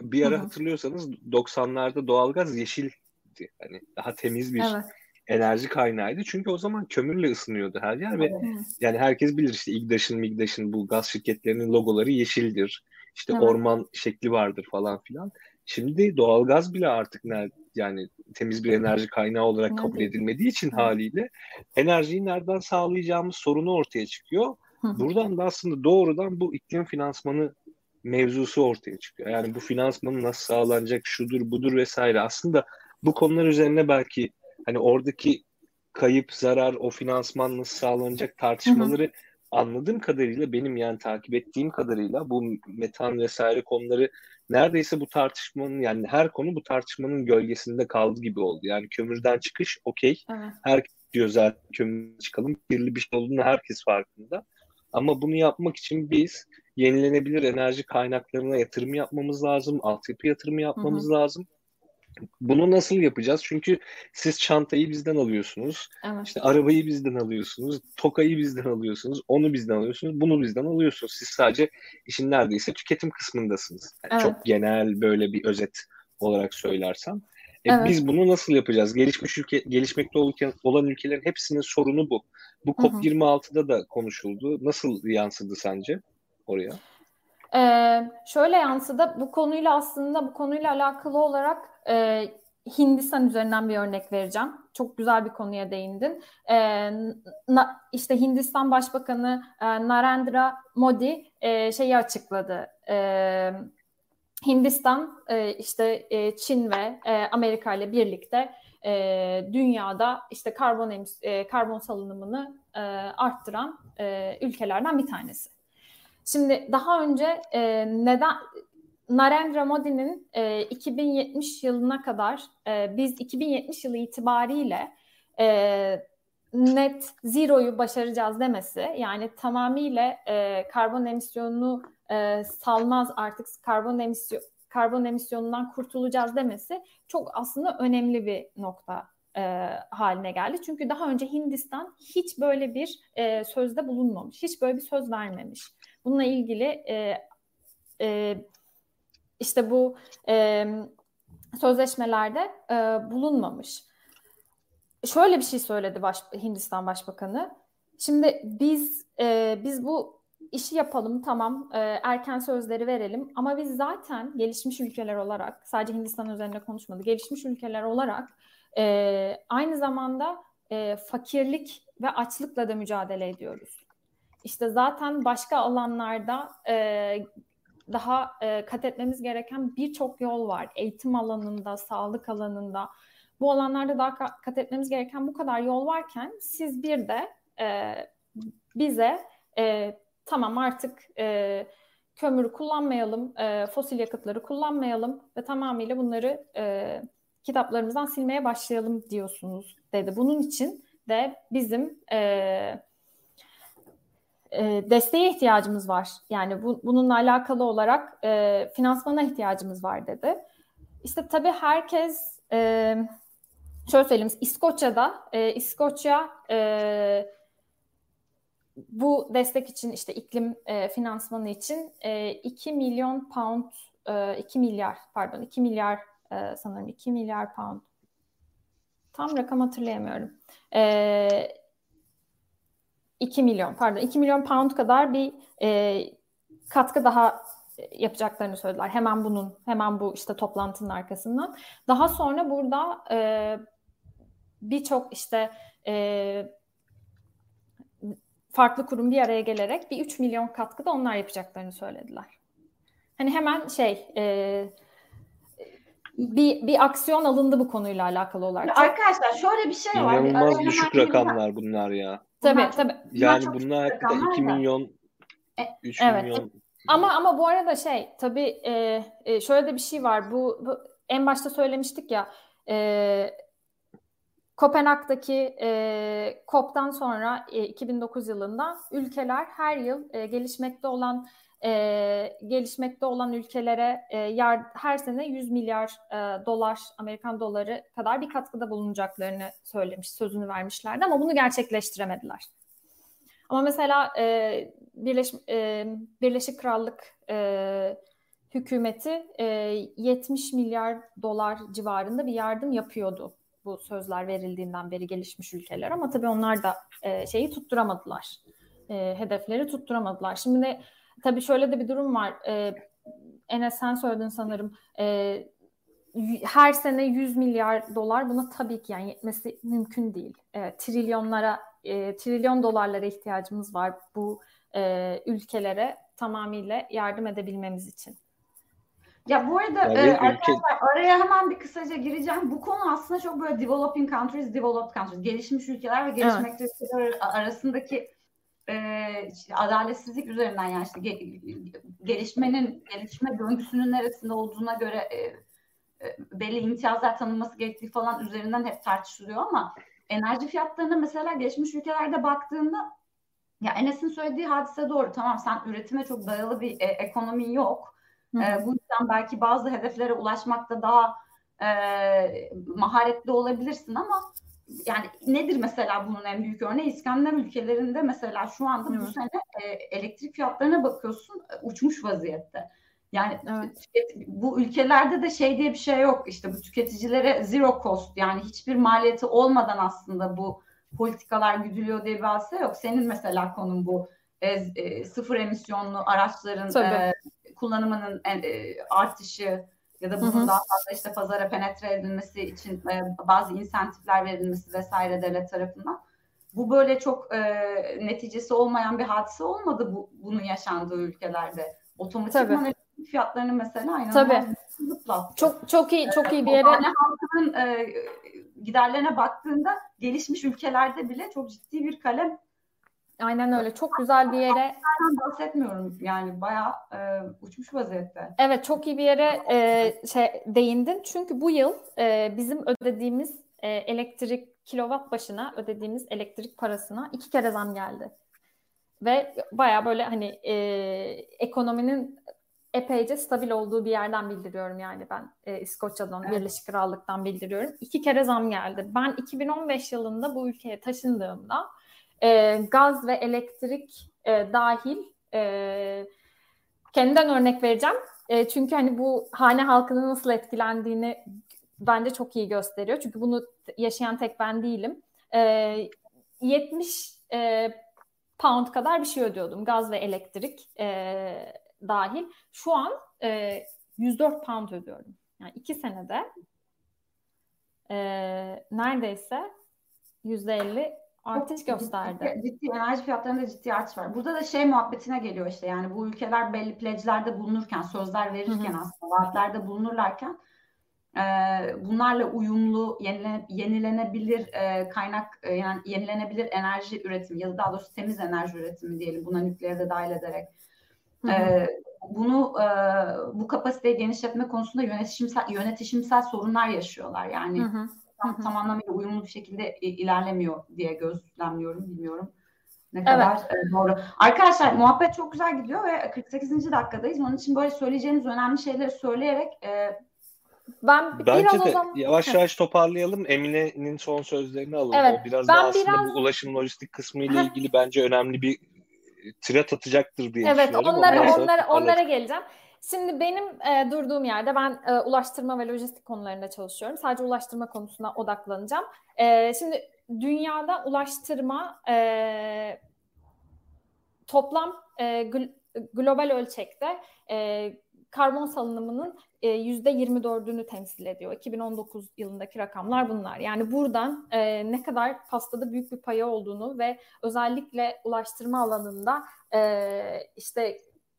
bir ara Hı hı. hatırlıyorsanız doksanlarda doğalgaz yeşildi. Hani daha temiz bir Evet. enerji kaynağıydı. Çünkü o zaman kömürle ısınıyordu her yer ve Evet. yani herkes bilir işte İGDAŞ'ın, MİGDAŞ'ın bu gaz şirketlerinin logoları yeşildir. İşte Evet. orman şekli vardır falan filan. Şimdi doğalgaz bile artık ne, yani temiz bir enerji kaynağı olarak Ne kabul değil. edilmediği için Evet. haliyle enerjiyi nereden sağlayacağımız sorunu ortaya çıkıyor. Hı hı. Buradan da aslında doğrudan bu iklim finansmanı mevzusu ortaya çıkıyor. Yani bu finansmanın nasıl sağlanacak, şudur budur vesaire. Aslında bu konular üzerine belki hani oradaki kayıp, zarar, o finansman nasıl sağlanacak tartışmaları anladığım kadarıyla, benim yani takip ettiğim kadarıyla bu metan vesaire konuları neredeyse bu tartışmanın, yani her konu bu tartışmanın gölgesinde kaldı gibi oldu. Yani kömürden çıkış okey. Evet. Herkes diyor zaten kömürden çıkalım. Kirli bir şey olduğunu herkes farkında. Ama bunu yapmak için biz yenilenebilir enerji kaynaklarına yatırım yapmamız lazım. Altyapı yatırımı yapmamız Hı hı. lazım. Bunu nasıl yapacağız? Çünkü siz çantayı bizden alıyorsunuz. Evet. İşte arabayı bizden alıyorsunuz. Tokayı bizden alıyorsunuz. Onu bizden alıyorsunuz. Bunu bizden alıyorsunuz. Siz sadece işin neredeyse tüketim kısmındasınız. Yani Evet. çok genel böyle bir özet olarak söylersem. E Evet. biz bunu nasıl yapacağız? Gelişmiş ülke, gelişmekte olan ülkelerin hepsinin sorunu bu. Bu Hı hı. COP yirmi altıda da konuşuldu. Nasıl yansıdı sence oraya? Ee, şöyle yansıdı. Bu konuyla aslında bu konuyla alakalı olarak e, Hindistan üzerinden bir örnek vereceğim. Çok güzel bir konuya değindin. Ee, na, işte Hindistan Başbakanı e, Narendra Modi e, şeyi açıkladı. E, Hindistan e, işte e, Çin ve e, Amerika ile birlikte e, dünyada işte karbon emis, e, karbon salınımını e, arttıran e, ülkelerden bir tanesi. Şimdi daha önce e, neden Narendra Modi'nin e, iki bin yetmiş yılına kadar e, biz iki bin yetmiş yılı itibariyle e, net zero'yu başaracağız demesi, yani tamamıyla e, karbon emisyonunu e, salmaz, artık karbon emisyon karbon emisyonundan kurtulacağız demesi çok aslında önemli bir nokta e, haline geldi. Çünkü daha önce Hindistan hiç böyle bir e, sözde bulunmamış, hiç böyle bir söz vermemiş. Bununla ilgili e, e, işte bu e, sözleşmelerde e, bulunmamış. Şöyle bir şey söyledi baş, Hindistan Başbakanı. Şimdi biz e, biz bu işi yapalım, tamam, e, erken sözleri verelim ama biz zaten gelişmiş ülkeler olarak, sadece Hindistan üzerine konuşmadı, gelişmiş ülkeler olarak e, aynı zamanda e, fakirlik ve açlıkla da mücadele ediyoruz. İşte zaten başka alanlarda e, daha e, kat etmemiz gereken birçok yol var. Eğitim alanında, sağlık alanında. Bu alanlarda daha kat etmemiz gereken bu kadar yol varken siz bir de e, bize e, tamam artık e, kömürü kullanmayalım, e, fosil yakıtları kullanmayalım ve tamamıyla bunları e, kitaplarımızdan silmeye başlayalım diyorsunuz dedi. Bunun için de bizim e, E, desteğe ihtiyacımız var. Yani bu, bununla alakalı olarak e, finansmana ihtiyacımız var dedi. İşte tabii herkes e, şöyle söyleyeyim, İskoçya'da e, İskoçya e, bu destek için, işte iklim e, finansmanı için e, iki milyon pound, e, iki milyar pardon iki milyar e, sanırım iki milyar pound, tam rakam hatırlayamıyorum. E, iki milyon pardon iki milyon pound kadar bir e, katkı daha yapacaklarını söylediler. Hemen bunun hemen bu işte toplantının arkasından. Daha sonra burada e, birçok işte e, farklı kurum bir araya gelerek bir üç milyon katkı da onlar yapacaklarını söylediler. Hani hemen şey e, bir bir aksiyon alındı bu konuyla alakalı olarak. Arkadaşlar şöyle bir şey var. İnanılmaz Bir düşük rakamlar bunlar ya. Tabii bunlar çok, tabii. Bunlar Yani çok bunlar hakikaten rakamlar iki da. milyon, üç Evet. milyon. Ama ama bu arada şey tabii e, e, şöyle de bir şey var. Bu, bu en başta söylemiştik ya, e, Kopenhag'daki e, COP'tan sonra e, iki bin dokuz yılında ülkeler her yıl e, gelişmekte olan e, gelişmekte olan ülkelere e, yar, her sene yüz milyar e, dolar, Amerikan doları kadar bir katkıda bulunacaklarını söylemiş, sözünü vermişlerdi ama bunu gerçekleştiremediler. Ama mesela e, Birleş, e, Birleşik Krallık e, hükümeti e, yetmiş milyar dolar civarında bir yardım yapıyordu bu sözler verildiğinden beri gelişmiş ülkeler, ama tabii onlar da e, şeyi tutturamadılar. E, hedefleri tutturamadılar. Şimdi de tabii şöyle de bir durum var. E, Enes sen söyledin sanırım. E, her sene yüz milyar dolar, buna tabii ki yani yetmesi mümkün değil. E, trilyonlara, e, trilyon dolarlara ihtiyacımız var bu e, ülkelere tamamıyla yardım edebilmemiz için. Ya bu arada Yani e, ülke... arkadaşlar araya hemen bir kısaca gireceğim. Bu konu aslında çok böyle developing countries, developed countries, gelişmiş ülkeler ve gelişmekte evet. ülkeler arasındaki e, işte adaletsizlik üzerinden, yani işte gelişmenin, gelişme döngüsünün neresinde olduğuna göre e, e, belli imtiyazlar tanınması gerektiği falan üzerinden hep tartışılıyor, ama enerji fiyatlarına mesela gelişmiş ülkelerde baktığında, ya Enes'in söylediği hadise doğru. Tamam, sen üretime çok dayalı bir e, ekonomin yok. E, bu yüzden belki bazı hedeflere ulaşmakta daha e, maharetli olabilirsin, ama yani nedir mesela bunun en büyük örneği? İskandinav ülkelerinde mesela şu anda Hı. bu sene e, elektrik fiyatlarına bakıyorsun, uçmuş vaziyette. Yani evet. bu ülkelerde de şey diye bir şey yok. İşte bu tüketicilere zero cost, yani hiçbir maliyeti olmadan aslında bu politikalar güdülüyor diye bir hadise yok. Senin mesela konun bu e, e, sıfır emisyonlu araçların e, kullanımının e, artışı ya da bunun hı hı. daha fazla işte pazara penetre edilmesi için e, bazı insentifler verilmesi vesaire devlet tarafından. Bu böyle çok e, neticesi olmayan bir hadise olmadı bu, bunun yaşandığı ülkelerde. Otomatikman fiyatlarını mesela inanılmaz zıplattı. Çok çok iyi çok iyi bir yere. Hane halkının e, giderlerine baktığında gelişmiş ülkelerde bile çok ciddi bir kalem. Aynen öyle. Çok güzel bir yere. Bahsetmiyorum yani, bayağı e, uçmuş vaziyette. Evet, çok iyi bir yere e, şey değindin. Çünkü bu yıl e, bizim ödediğimiz e, elektrik kilowatt başına ödediğimiz elektrik parasına iki kere zam geldi. Ve bayağı böyle hani e, ekonominin epeyce stabil olduğu bir yerden bildiriyorum yani ben e, İskoçya'dan, evet. Birleşik Krallık'tan bildiriyorum. İki kere zam geldi. Ben iki bin on beş yılında bu ülkeye taşındığımda e, gaz ve elektrik e, dahil e, kendimden örnek vereceğim. E, çünkü hani bu hane halkının nasıl etkilendiğini bence çok iyi gösteriyor. Çünkü bunu yaşayan tek ben değilim. E, yetmiş e, pound kadar bir şey ödüyordum gaz ve elektrik e, dahil. Şu an e, yüz dört pound ödüyorum. Yani iki senede e, neredeyse yüzde elli artış gösterdi. Ciddi, ciddi enerji fiyatlarında ciddi artış var. Burada da şey muhabbetine geliyor işte, yani bu ülkeler belli pledge'lerde bulunurken, sözler verirken, hı hı. aslında vaatlerde bulunurlarken e, bunlarla uyumlu yenile, yenilenebilir e, kaynak e, yani yenilenebilir enerji üretimi ya da daha doğrusu temiz enerji üretimi diyelim, buna nükleeri de dahil ederek hı hı. E, bunu e, bu kapasiteyi genişletme konusunda yönetişimsel yönetişimsel sorunlar yaşıyorlar. Yani hı hı. Tam, tam anlamıyla uyumlu bir şekilde ilerlemiyor diye gözlemliyorum. Bilmiyorum ne evet. kadar e, doğru. Arkadaşlar muhabbet çok güzel gidiyor ve kırk sekizinci dakikadayız. Onun için böyle söyleyeceğiniz önemli şeyleri söyleyerek e, ben Bence biraz de o zaman... yavaş yavaş toparlayalım. Emine'nin son sözlerini alalım. Evet, o biraz ben daha aslında biraz... bu ulaşım lojistik kısmı ile ilgili bence önemli bir tirat atacaktır diye evet, düşünüyorum. Onlara, onlara, onlara, onlara geleceğim. Şimdi benim e, durduğum yerde ben e, ulaştırma ve lojistik konularında çalışıyorum. Sadece ulaştırma konusuna odaklanacağım. E, şimdi dünyada ulaştırma e, toplam e, gl- global ölçekte e, karbon salınımının e, yüzde yirmi dördünü temsil ediyor. iki bin on dokuz yılındaki rakamlar bunlar. Yani buradan e, ne kadar pastada büyük bir payı olduğunu ve özellikle ulaştırma alanında e, işte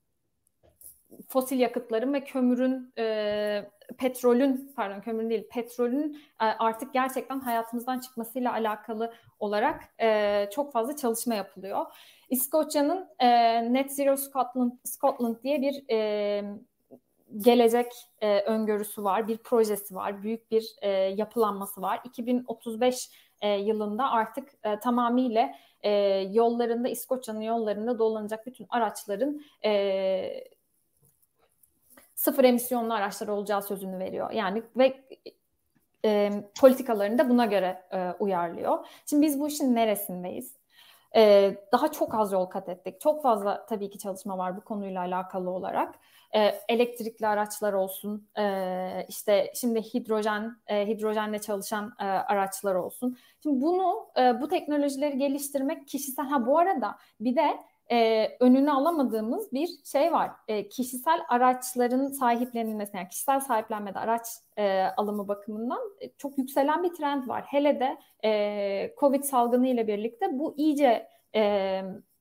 fosil yakıtların ve kömürün, e, petrolün, pardon kömürün değil, petrolün e, artık gerçekten hayatımızdan çıkmasıyla alakalı olarak e, çok fazla çalışma yapılıyor. İskoçya'nın e, Net Zero Scotland, Scotland diye bir e, gelecek e, öngörüsü var, bir projesi var, büyük bir e, yapılanması var. iki bin otuz beş e, yılında artık e, tamamıyla e, yollarında, İskoçya'nın yollarında dolanacak bütün araçların e, sıfır emisyonlu araçlar olacağı sözünü veriyor. Yani ve e, politikalarını da buna göre e, uyarlıyor. Şimdi biz bu işin neresindeyiz? e, daha çok az yol kat ettik. Çok fazla tabii ki çalışma var bu konuyla alakalı olarak. E, elektrikli araçlar olsun, e, işte şimdi hidrojen, e, hidrojenle çalışan e, araçlar olsun. Şimdi bunu, e, bu teknolojileri geliştirmek kişisel, ha bu arada bir de e, önünü alamadığımız bir şey var. E, kişisel araçların sahiplenilmesi, yani kişisel sahiplenmede araç e, alımı bakımından e, çok yükselen bir trend var. Hele de e, Covid salgını ile birlikte bu iyice e,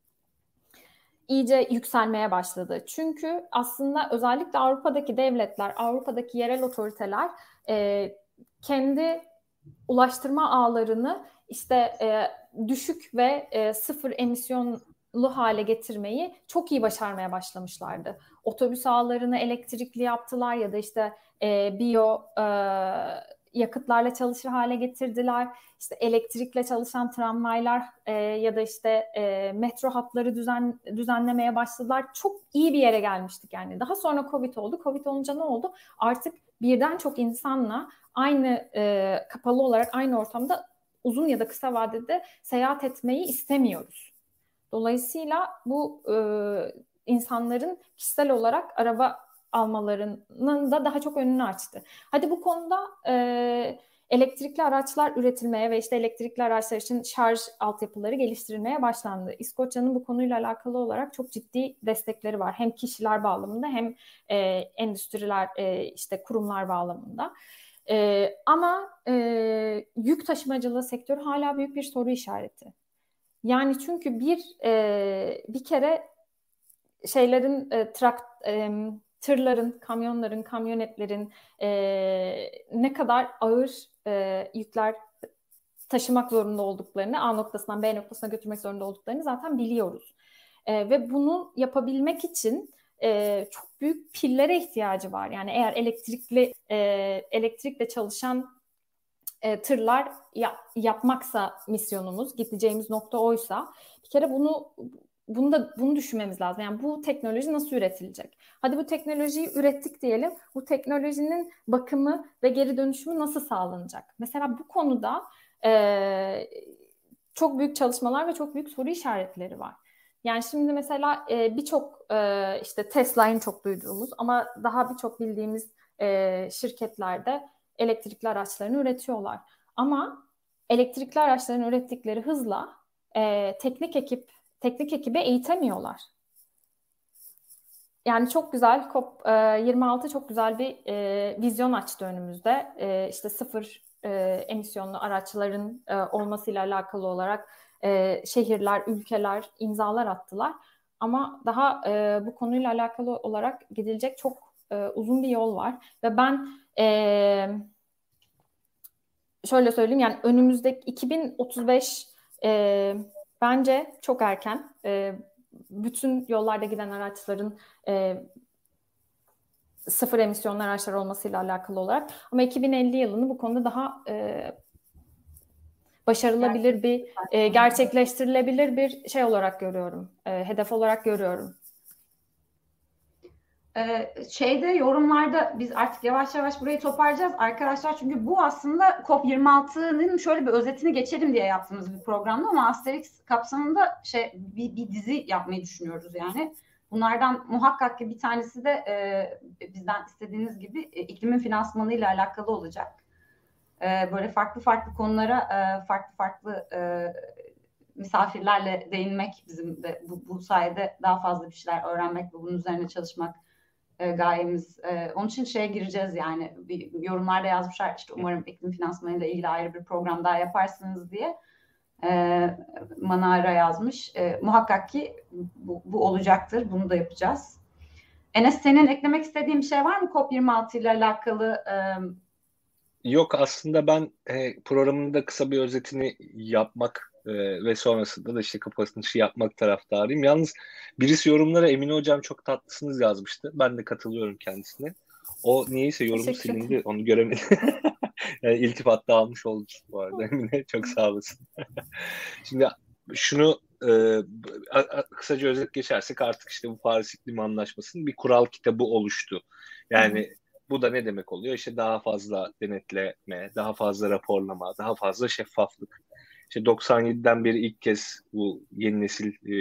iyice yükselmeye başladı. Çünkü aslında özellikle Avrupa'daki devletler, Avrupa'daki yerel otoriteler e, kendi ulaştırma ağlarını işte e, düşük ve e, sıfır emisyonlu hale getirmeyi çok iyi başarmaya başlamışlardı. Otobüs ağlarını elektrikli yaptılar ya da işte e, biyo e, yakıtlarla çalışır hale getirdiler. İşte elektrikle çalışan tramvaylar e, ya da işte e, metro hatları düzen, düzenlemeye başladılar. Çok iyi bir yere gelmiştik yani. Daha sonra Covid oldu. Covid olunca ne oldu? Artık birden çok insanla aynı e, kapalı olarak aynı ortamda uzun ya da kısa vadede seyahat etmeyi istemiyoruz. Dolayısıyla bu e, insanların kişisel olarak araba almalarının da daha çok önünü açtı. Hadi bu konuda e, elektrikli araçlar üretilmeye ve işte elektrikli araçlar için şarj altyapıları geliştirilmeye başlandı. İskoçya'nın bu konuyla alakalı olarak çok ciddi destekleri var. Hem kişiler bağlamında hem e, endüstriler, e, işte kurumlar bağlamında. E, ama e, yük taşımacılığı sektörü hala büyük bir soru işareti. Yani çünkü bir e, bir kere şeylerin e, trak, e, tırların, kamyonların, kamyonetlerin e, ne kadar ağır e, yükler taşımak zorunda olduklarını, A noktasından B noktasına götürmek zorunda olduklarını zaten biliyoruz. E, ve bunu yapabilmek için e, çok büyük pillere ihtiyacı var. Yani eğer elektrikli e, elektrikle çalışan e, tırlar yap, yapmaksa misyonumuz, gideceğimiz nokta oysa bir kere bunu bunu da bunu düşünmemiz lazım. Yani bu teknoloji nasıl üretilecek? Hadi bu teknolojiyi ürettik diyelim. Bu teknolojinin bakımı ve geri dönüşümü nasıl sağlanacak? Mesela bu konuda e, çok büyük çalışmalar ve çok büyük soru işaretleri var. Yani şimdi mesela e, birçok e, işte Tesla'nın çok duyduğumuz ama daha birçok bildiğimiz e, şirketlerde elektrikli araçlarını üretiyorlar. Ama elektrikli araçların ürettikleri hızla e, teknik ekip teknik ekibe eğitemiyorlar. Yani çok güzel COP yirmi altı çok güzel bir e, vizyon açtı önümüzde. E, işte sıfır e, emisyonlu araçların e, olmasıyla alakalı olarak e, şehirler, ülkeler imzalar attılar. Ama daha e, bu konuyla alakalı olarak gidilecek çok e, uzun bir yol var. Ve ben e, şöyle söyleyeyim, yani önümüzdeki iki bin otuz beş e, bence çok erken. E, bütün yollarda giden araçların e, sıfır emisyonlu araçlar olmasıyla alakalı olarak. Ama iki bin elli yılını bu konuda daha e, başarılabilir bir, e, gerçekleştirilebilir bir şey olarak görüyorum. E, hedef olarak görüyorum. Ee, şeyde yorumlarda biz artık yavaş yavaş burayı toparlayacağız arkadaşlar, çünkü bu aslında COP yirmi altının şöyle bir özetini geçelim diye yaptığımız bir programda, ama Asterix kapsamında şey bir, bir dizi yapmayı düşünüyoruz yani. Bunlardan muhakkak ki bir tanesi de e, bizden istediğiniz gibi e, iklimin finansmanıyla alakalı olacak. E, böyle farklı farklı konulara e, farklı farklı e, misafirlerle değinmek, bizim de bu, bu sayede daha fazla bir şeyler öğrenmek ve bunun üzerine çalışmak e, gayemiz. E, onun için şeye gireceğiz yani. Bir, yorumlarda yazmışlar işte, umarım iklim finansmanıyla ilgili ayrı bir program daha yaparsınız diye. E, Manara yazmış. E, muhakkak ki bu, bu olacaktır. Bunu da yapacağız. Enes, senin eklemek istediğin bir şey var mı COP yirmi altı ile alakalı? E, Yok, aslında ben e, programın da kısa bir özetini yapmak e, ve sonrasında da işte kapanışı yapmak taraftarıyım. Yalnız birisi yorumlara Emine Hocam çok tatlısınız yazmıştı. Ben de katılıyorum kendisine. O niyeyse yorumu silindi. Onu göremedim. Yani iltifatta almış olduk bu arada Emine. Çok sağ olasın. Şimdi şunu e, kısaca özet geçersek, artık işte bu Paris İklim Anlaşması'nın bir kural kitabı oluştu. Yani hı hı. Bu da ne demek oluyor? İşte daha fazla denetleme, daha fazla raporlama, daha fazla şeffaflık İşte doksan yediden beri ilk kez bu yeni nesil e,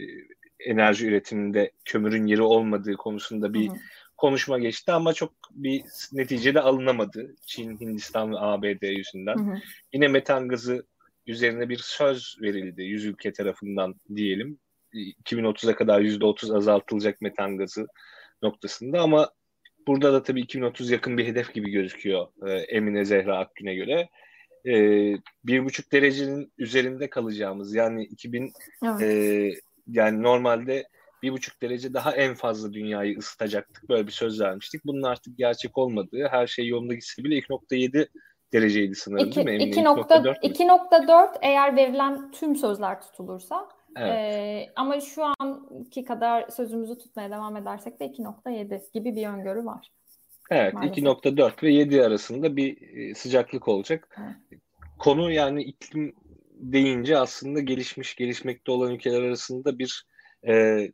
enerji üretiminde kömürün yeri olmadığı konusunda bir hı hı. konuşma geçti ama çok bir neticede alınamadı. Çin, Hindistan ve A B D yüzünden. Hı hı. Yine metan gazı üzerine bir söz verildi yüz ülke tarafından diyelim. iki bin otuza kadar yüzde otuz azaltılacak metan gazı noktasında ama burada da tabii iki bin otuz yakın bir hedef gibi gözüküyor e, Emine Zehra Akgün'e göre. E, bir buçuk derecenin üzerinde kalacağımız yani iki bin evet. e, yani normalde bir buçuk derece daha en fazla dünyayı ısıtacaktık. Böyle bir söz vermiştik. Bunun artık gerçek olmadığı, her şey yolunda gitse bile iki nokta yedi dereceydi sanırım iki, değil mi Emine? iki nokta dört eğer verilen tüm sözler tutulursa. Evet. Ee, ama şu anki kadar sözümüzü tutmaya devam edersek de iki nokta yedi gibi bir öngörü var. Evet, iki nokta dört ve yedi arasında bir sıcaklık olacak. Evet. Konu yani iklim deyince aslında gelişmiş, gelişmekte olan ülkeler arasında bir e,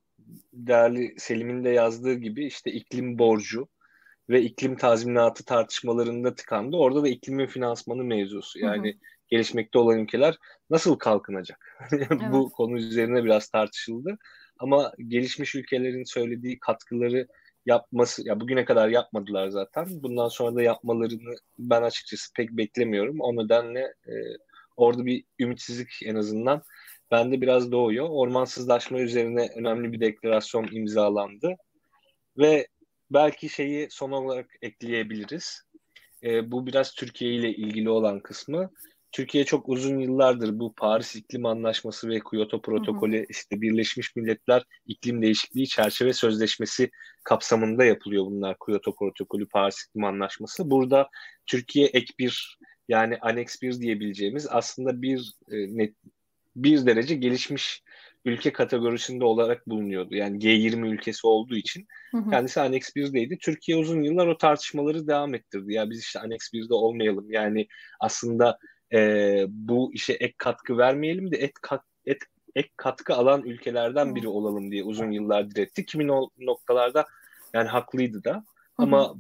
değerli Selim'in de yazdığı gibi işte iklim borcu ve iklim tazminatı tartışmalarında tıkandı. Orada da iklimin finansmanı mevzusu. Yani hı hı. gelişmekte olan ülkeler nasıl kalkınacak? Evet. Bu konu üzerine biraz tartışıldı. Ama gelişmiş ülkelerin söylediği katkıları yapması, ya bugüne kadar yapmadılar zaten. Bundan sonra da yapmalarını ben açıkçası pek beklemiyorum. O nedenle e, orada bir ümitsizlik en azından bende biraz doğuyor. Ormansızlaşma üzerine önemli bir deklarasyon imzalandı. Ve belki şeyi son olarak ekleyebiliriz. E, bu biraz Türkiye ile ilgili olan kısmı. Türkiye çok uzun yıllardır bu Paris İklim Anlaşması ve Kyoto Protokolü, hı hı. işte Birleşmiş Milletler İklim Değişikliği Çerçeve Sözleşmesi kapsamında yapılıyor bunlar. Kyoto Protokolü, Paris İklim Anlaşması. Burada Türkiye ek bir yani aneks bir diyebileceğimiz aslında bir e, net bir derece gelişmiş ülke kategorisinde olarak bulunuyordu. Yani G yirmi ülkesi olduğu için hı hı. kendisi Aneks birdeydi. Türkiye uzun yıllar o tartışmaları devam ettirdi. Ya biz işte Aneks birde olmayalım. Yani aslında e, bu işe ek katkı vermeyelim de et, kat, et ek katkı alan ülkelerden biri olalım diye uzun yıllar diretti. Kimin o noktalarda yani haklıydı da. Hı hı. Ama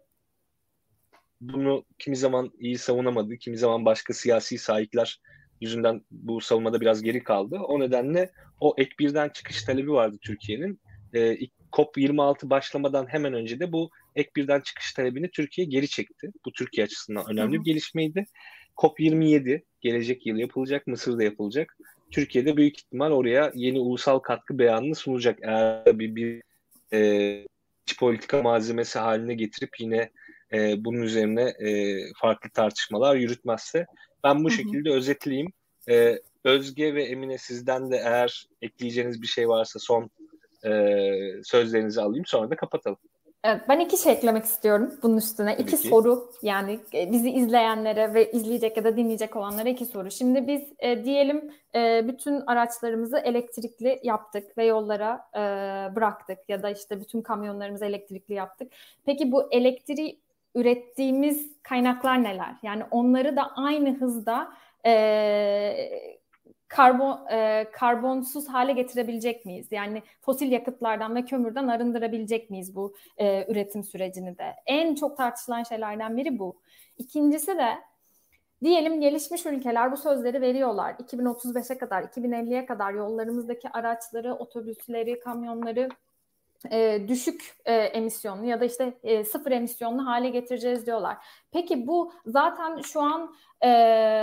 bunu kimi zaman iyi savunamadı, kimi zaman başka siyasi sahipler yüzünden bu savunmada biraz geri kaldı. O nedenle o ek birden çıkış talebi vardı Türkiye'nin. E, COP yirmi altı başlamadan hemen önce de bu ek birden çıkış talebini Türkiye geri çekti. Bu Türkiye açısından önemli bir gelişmeydi. COP yirmi yedi gelecek yıl yapılacak, Mısır'da yapılacak. Türkiye'de büyük ihtimal oraya yeni ulusal katkı beyanını sunacak. Eğer bir, bir e, politika malzemesi haline getirip yine e, bunun üzerine e, farklı tartışmalar yürütmezse. Ben bu hı hı. şekilde özetleyeyim. Ee, Özge ve Emine sizden de eğer ekleyeceğiniz bir şey varsa son e, sözlerinizi alayım sonra da kapatalım. Evet, ben iki şey eklemek istiyorum bunun üstüne. Tabii iki ki. soru yani bizi izleyenlere ve izleyecek ya da dinleyecek olanlara iki soru. Şimdi biz e, diyelim e, bütün araçlarımızı elektrikli yaptık ve yollara e, bıraktık ya da işte bütün kamyonlarımızı elektrikli yaptık. Peki bu elektriği ürettiğimiz kaynaklar neler? Yani onları da aynı hızda e, karbon e, karbonsuz hale getirebilecek miyiz? Yani fosil yakıtlardan ve kömürden arındırabilecek miyiz bu e, üretim sürecini de? En çok tartışılan şeylerden biri bu. İkincisi de diyelim gelişmiş ülkeler bu sözleri veriyorlar. iki bin otuz beşe kadar, iki bin elliye kadar yollarımızdaki araçları, otobüsleri, kamyonları E, düşük e, emisyonlu ya da işte e, sıfır emisyonlu hale getireceğiz diyorlar. Peki bu zaten şu an e,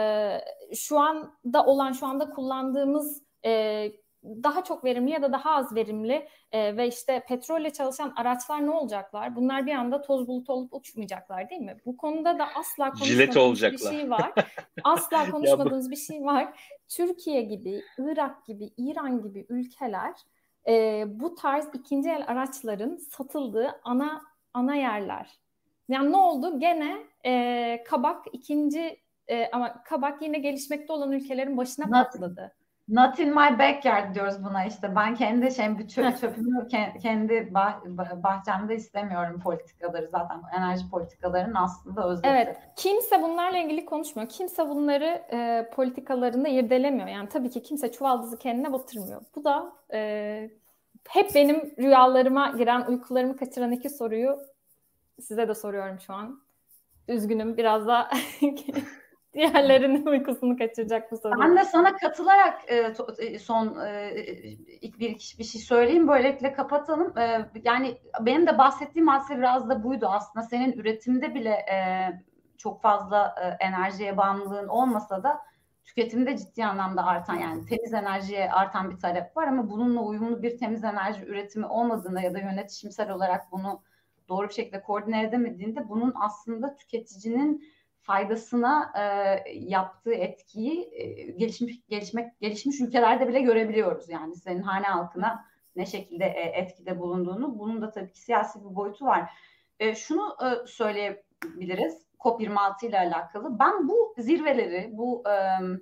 şu anda olan, şu anda kullandığımız e, daha çok verimli ya da daha az verimli e, ve işte petrolle çalışan araçlar ne olacaklar? Bunlar bir anda toz bulutu olup uçmayacaklar değil mi? Bu konuda da asla konuşmadığımız bir şey var. Asla konuşmadığımız bir şey var. Türkiye gibi, Irak gibi, İran gibi ülkeler E, bu tarz ikinci el araçların satıldığı ana ana yerler. Yani ne oldu? Gene e, kabak ikinci e, ama kabak yine gelişmekte olan ülkelerin başına not, patladı. Not in my backyard diyoruz buna işte. Ben kendi şeyim, çö- çöpümü kendi bah- bahçemde istemiyorum politikaları zaten. Enerji politikalarının aslında özeti. Evet. Kimse bunlarla ilgili konuşmuyor. Kimse bunları e, politikalarında irdelemiyor. Yani tabii ki kimse çuvaldızı kendine batırmıyor. Bu da e, hep benim rüyalarıma giren, uykularımı kaçıran iki soruyu size de soruyorum şu an. Üzgünüm, biraz da diğerlerinin uykusunu kaçıracak bu soru. Ben de sana katılarak e, to, e, son e, ilk bir, bir şey söyleyeyim. Böylelikle kapatalım. E, yani benim de bahsettiğim hadise biraz da buydu. Aslında senin üretimde bile e, çok fazla e, enerjiye bağımlılığın olmasa da tüketimde ciddi anlamda artan, yani temiz enerjiye artan bir talep var ama bununla uyumlu bir temiz enerji üretimi olmadığında ya da yönetişimsel olarak bunu doğru bir şekilde koordine edemediğinde bunun aslında tüketicinin faydasına e, yaptığı etkiyi e, gelişmiş gelişmek gelişmiş ülkelerde bile görebiliyoruz. Yani senin hane halkına ne şekilde e, etkide bulunduğunu, bunun da tabii ki siyasi bir boyutu var. E, şunu e, söyleyebiliriz COP yirmi altı ile alakalı. Ben bu zirveleri, bu e,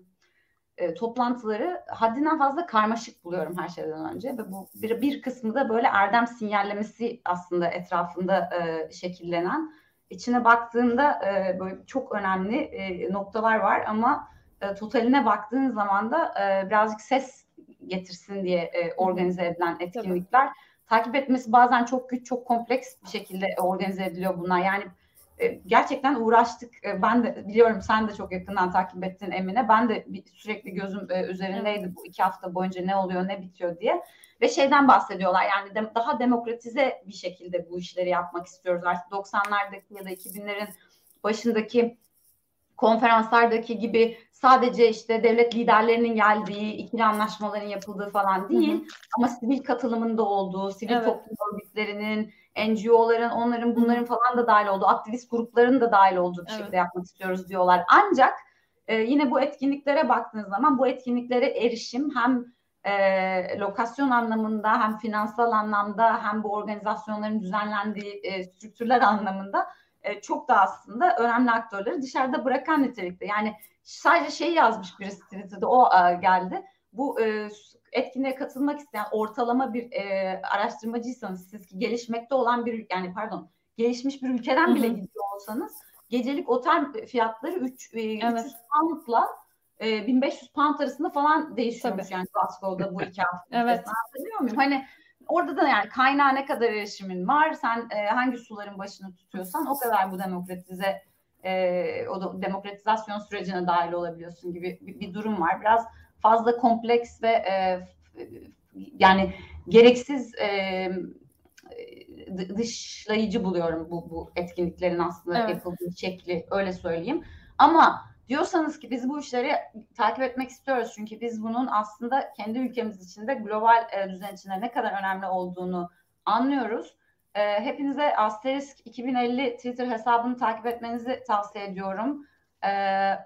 e, toplantıları haddinden fazla karmaşık buluyorum her şeyden önce ve bu bir, bir kısmı da böyle erdem sinyallemesi aslında etrafında e, şekillenen. İçine baktığında e, böyle çok önemli e, noktalar var ama e, totaline baktığın zaman da e, birazcık ses getirsin diye e, organize edilen etkinlikler. Tabii. Takip etmesi bazen çok güç, çok kompleks bir şekilde organize ediliyor bunlar. Yani e, gerçekten uğraştık. E, ben de biliyorum, sen de çok yakından takip ettin Emine. Ben de bir, sürekli gözüm e, üzerindeydi bu iki hafta boyunca ne oluyor, ne bitiyor diye. Ve şeyden bahsediyorlar, yani de, daha demokratize bir şekilde bu işleri yapmak istiyoruz. Artık doksanlardaki ya da iki binlerin başındaki konferanslardaki gibi sadece işte devlet liderlerinin geldiği, ikili anlaşmaların yapıldığı falan değil. Hı hı. Ama sivil katılımın da olduğu, sivil evet. toplum örgütlerinin, N G O'ların, onların bunların falan da dahil olduğu, aktivist grupların da dahil olduğu bir evet. şekilde yapmak istiyoruz diyorlar. Ancak e, yine bu etkinliklere baktığınız zaman bu etkinliklere erişim hem E, lokasyon anlamında hem finansal anlamda hem bu organizasyonların düzenlendiği e, strüktürler anlamında e, çok da aslında önemli aktörleri dışarıda bırakan nitelikte. Yani sadece şey yazmış birisi Twitter'da, o e, geldi. Bu e, etkinliğe katılmak isteyen ortalama bir e, araştırmacıysanız siz, ki gelişmekte olan bir, yani pardon gelişmiş bir ülkeden Hı-hı. bile gidiyor olsanız gecelik otel fiyatları üç, e, evet. üç yüz poundla bin beş yüz pound arasında falan değişiyormuş. Tabii. Yani Glasgow'da bu iki hafta. Evet. Anlatabiliyor muyum? Hani orada da yani kaynağa ne kadar erişimin var, sen e, hangi suların başını tutuyorsan o kadar bu demokratize e, o da, demokratizasyon sürecine dahil olabiliyorsun gibi bir, bir durum var. Biraz fazla kompleks ve e, yani gereksiz e, dışlayıcı buluyorum bu, bu etkinliklerin aslında evet. yapıldığı şekli, öyle söyleyeyim. Ama diyorsanız ki biz bu işleri takip etmek istiyoruz çünkü biz bunun aslında kendi ülkemiz içinde global e, düzen içinde ne kadar önemli olduğunu anlıyoruz. E, hepinize Asterisk iki bin elli Twitter hesabını takip etmenizi tavsiye ediyorum. E, e,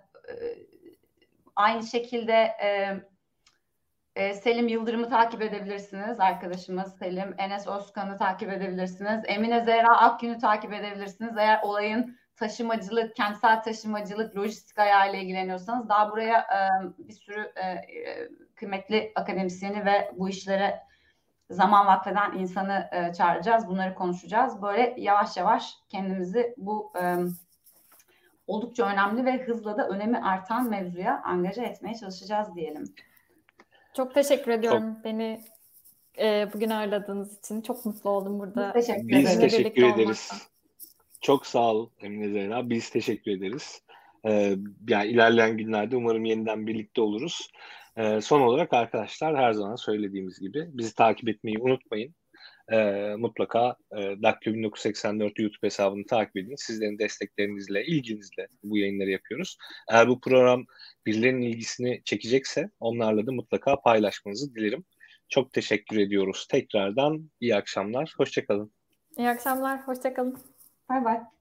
aynı şekilde e, e, Selim Yıldırım'ı takip edebilirsiniz. Arkadaşımız Selim. Enes Özkan'ı takip edebilirsiniz. Emine Zehra Akgün'ü takip edebilirsiniz. Eğer olayın taşımacılık, kentsel taşımacılık, lojistik ayağıyla ilgileniyorsanız daha buraya e, bir sürü e, e, kıymetli akademisyeni ve bu işlere zaman vakfeden insanı e, çağıracağız. Bunları konuşacağız. Böyle yavaş yavaş kendimizi bu e, oldukça önemli ve hızla da önemi artan mevzuya angaja etmeye çalışacağız diyelim. Çok teşekkür ediyorum çok... beni e, bugün ağırladığınız için. Çok mutlu oldum burada. Biz teşekkür ederiz. Biz teşekkür ederiz. Olmaktan. Çok sağ ol Emine Zehra. Biz teşekkür ederiz. Ee, yani ilerleyen günlerde umarım yeniden birlikte oluruz. Ee, son olarak arkadaşlar, her zaman söylediğimiz gibi bizi takip etmeyi unutmayın. Ee, mutlaka e, Daktilo bin dokuz yüz seksen dört YouTube hesabını takip edin. Sizlerin desteklerinizle, ilginizle bu yayınları yapıyoruz. Eğer bu program birilerinin ilgisini çekecekse onlarla da mutlaka paylaşmanızı dilerim. Çok teşekkür ediyoruz. Tekrardan iyi akşamlar. Hoşça kalın. İyi akşamlar. Hoşça kalın. Bye bye.